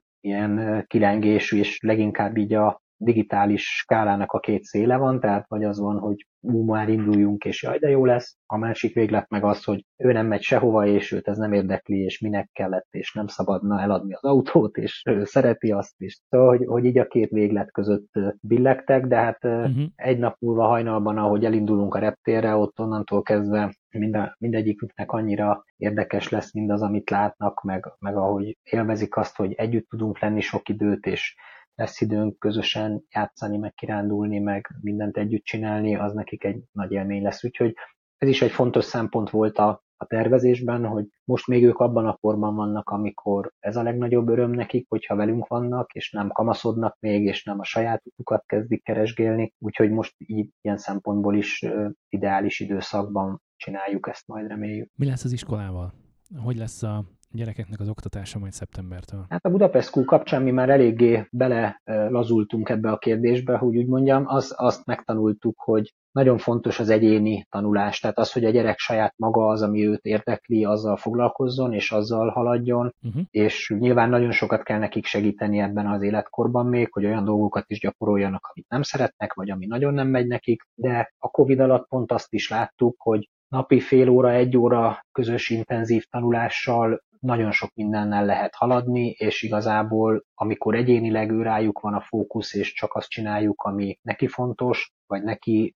ilyen kilengés, és leginkább így a digitális skálának a két széle van, tehát vagy az van, hogy már induljunk, és jaj, de jó lesz. A másik véglet meg az, hogy ő nem megy sehova, és őt ez nem érdekli, és minek kellett, és nem szabadna eladni az autót, és ő szereti azt is. Szóval, hogy így a két véglet között billegtek, de hát egy nap múlva hajnalban, ahogy elindulunk a reptérre, ott onnantól kezdve mindegyiküknek annyira érdekes lesz mindaz, amit látnak, meg ahogy élvezik azt, hogy együtt tudunk lenni sok időt, és lesz időnk közösen játszani, meg kirándulni, meg mindent együtt csinálni, az nekik egy nagy élmény lesz. Úgyhogy ez is egy fontos szempont volt a tervezésben, hogy most még ők abban a korban vannak, amikor ez a legnagyobb öröm nekik, hogyha velünk vannak, és nem kamaszodnak még, és nem a saját utukat kezdik keresgélni. Úgyhogy most így ilyen szempontból is ideális időszakban csináljuk ezt, majd reméljük. Mi lesz az iskolával? Hogy lesz a gyerekeknek az oktatása majd szeptembertől? Hát a Budapest School kapcsán mi már eléggé belelazultunk ebbe a kérdésbe, hogy úgy mondjam, azt megtanultuk, hogy nagyon fontos az egyéni tanulás, tehát az, hogy a gyerek saját maga az, ami őt érdekli, azzal foglalkozzon, és azzal haladjon, és nyilván nagyon sokat kell nekik segíteni ebben az életkorban még, hogy olyan dolgokat is gyakoroljanak, amit nem szeretnek, vagy ami nagyon nem megy nekik, de a Covid alatt pont azt is láttuk, hogy napi fél óra, 1 óra közös intenzív tanulással nagyon sok mindennel lehet haladni, és igazából, amikor egyénileg rájuk van a fókusz, és csak azt csináljuk, ami neki fontos, vagy neki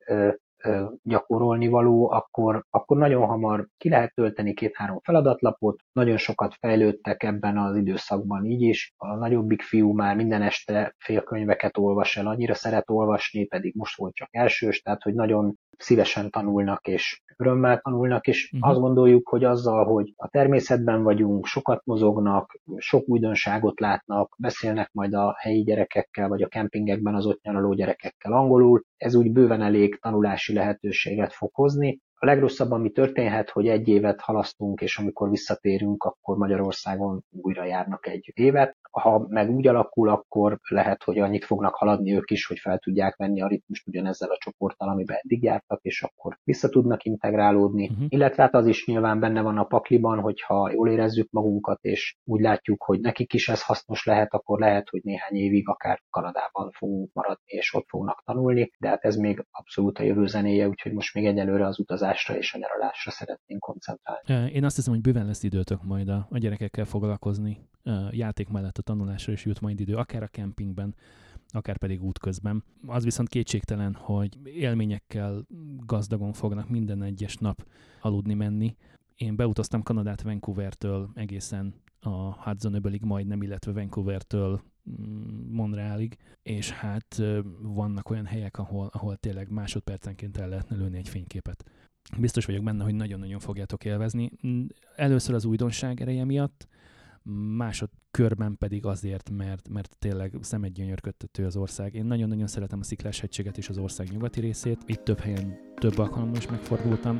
gyakorolni való, akkor nagyon hamar ki lehet tölteni 2-3 feladatlapot, nagyon sokat fejlődtek ebben az időszakban így is. A nagyobbik fiú már minden este félkönyveket olvas el, annyira szeret olvasni, pedig most volt csak elsős, tehát hogy nagyon szívesen tanulnak, és örömmel tanulnak, és azt gondoljuk, hogy azzal, hogy a természetben vagyunk, sokat mozognak, sok újdonságot látnak, beszélnek majd a helyi gyerekekkel, vagy a kempingekben az ott nyaraló gyerekekkel angolul, ez úgy bőven elég tanulási lehetőséget fog hozni. A legrosszabb, ami történhet, hogy 1 évet halasztunk, és amikor visszatérünk, akkor Magyarországon újra járnak 1 évet. Ha meg úgy alakul, akkor lehet, hogy annyit fognak haladni ők is, hogy fel tudják venni a ritmust ugyanezzel a csoporttal, amiben eddig jártak, és akkor vissza tudnak integrálódni. Illetve hát az is nyilván benne van a pakliban, hogyha jól érezzük magunkat, és úgy látjuk, hogy nekik is ez hasznos lehet, akkor lehet, hogy néhány évig akár Kanadában fogunk maradni, és ott fognak tanulni, de hát ez még abszolút a jövő zenéje, úgyhogy most még egyelőre az utazásra és a nyaralásra szeretnénk koncentrálni. Én azt hiszem, hogy bőven lesz időtök majd a gyerekekkel foglalkozni. Játék mellett a tanulásra is jut majd idő, akár a kempingben, akár pedig útközben. Az viszont kétségtelen, hogy élményekkel gazdagon fognak minden egyes nap aludni menni. Én beutaztam Kanadát Vancouvertől egészen a Hudson-öbölig majdnem, illetve Vancouvertől Montrealig, és hát vannak olyan helyek, ahol tényleg másodpercenként el lehetne lőni egy fényképet. Biztos vagyok benne, hogy nagyon-nagyon fogjátok élvezni. Először az újdonság ereje miatt, másodkörben pedig azért, mert tényleg szemedgyönyörködtető az ország. Én nagyon-nagyon szeretem a Sziklás-hegységet és az ország nyugati részét. Itt több helyen, több alkalommal is megfordultam.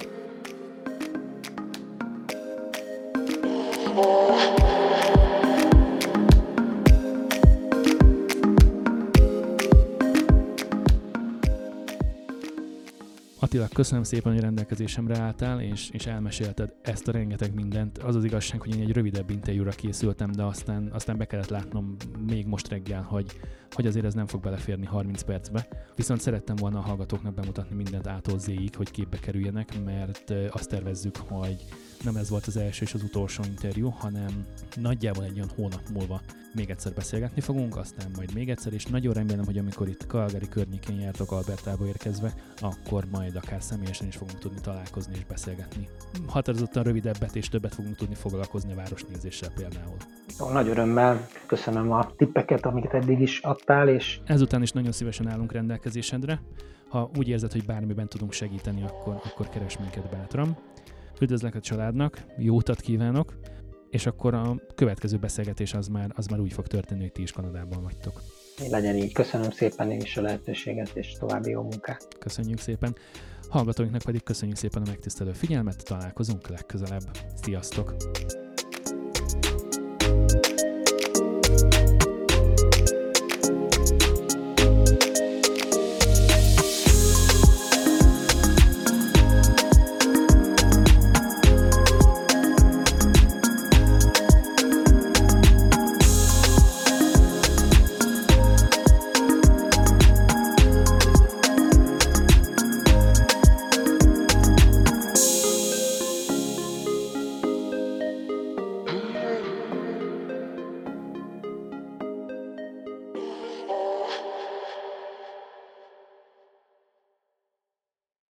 Attila, köszönöm szépen, hogy rendelkezésemre álltál, és elmesélted ezt a rengeteg mindent. Az az igazság, hogy én egy rövidebb interjúra készültem, de aztán be kellett látnom még most reggel, hogy azért ez nem fog beleférni 30 percbe. Viszont szerettem volna a hallgatóknak bemutatni mindent A-tól Z-ig, hogy képbe kerüljenek, mert azt tervezzük, hogy nem ez volt az első és az utolsó interjú, hanem nagyjából egy olyan hónap múlva még egyszer beszélgetni fogunk, aztán majd még egyszer, és nagyon remélem, hogy amikor itt Calgary környékén jártok Albertába érkezve, akkor majd akár személyesen is fogunk tudni találkozni és beszélgetni. Határozottan rövidebbet és többet fogunk tudni foglalkozni a városnézéssel például. Nagy örömmel köszönöm a tippeket, amiket eddig is adtál, és ezután is nagyon szívesen állunk rendelkezésedre. Ha úgy érzed, hogy bármiben tudunk segíteni, akkor keresd minket bátran. Üdvözlök a családnak, jó utat kívánok, és akkor a következő beszélgetés az már úgy fog történni, hogy ti is Kanadában vagytok. Legyen így. Köszönöm szépen én is a lehetőséget, és további jó munkát. Köszönjük szépen. Hallgatóinknak pedig köszönjük szépen a megtisztelő figyelmet, találkozunk legközelebb. Sziasztok!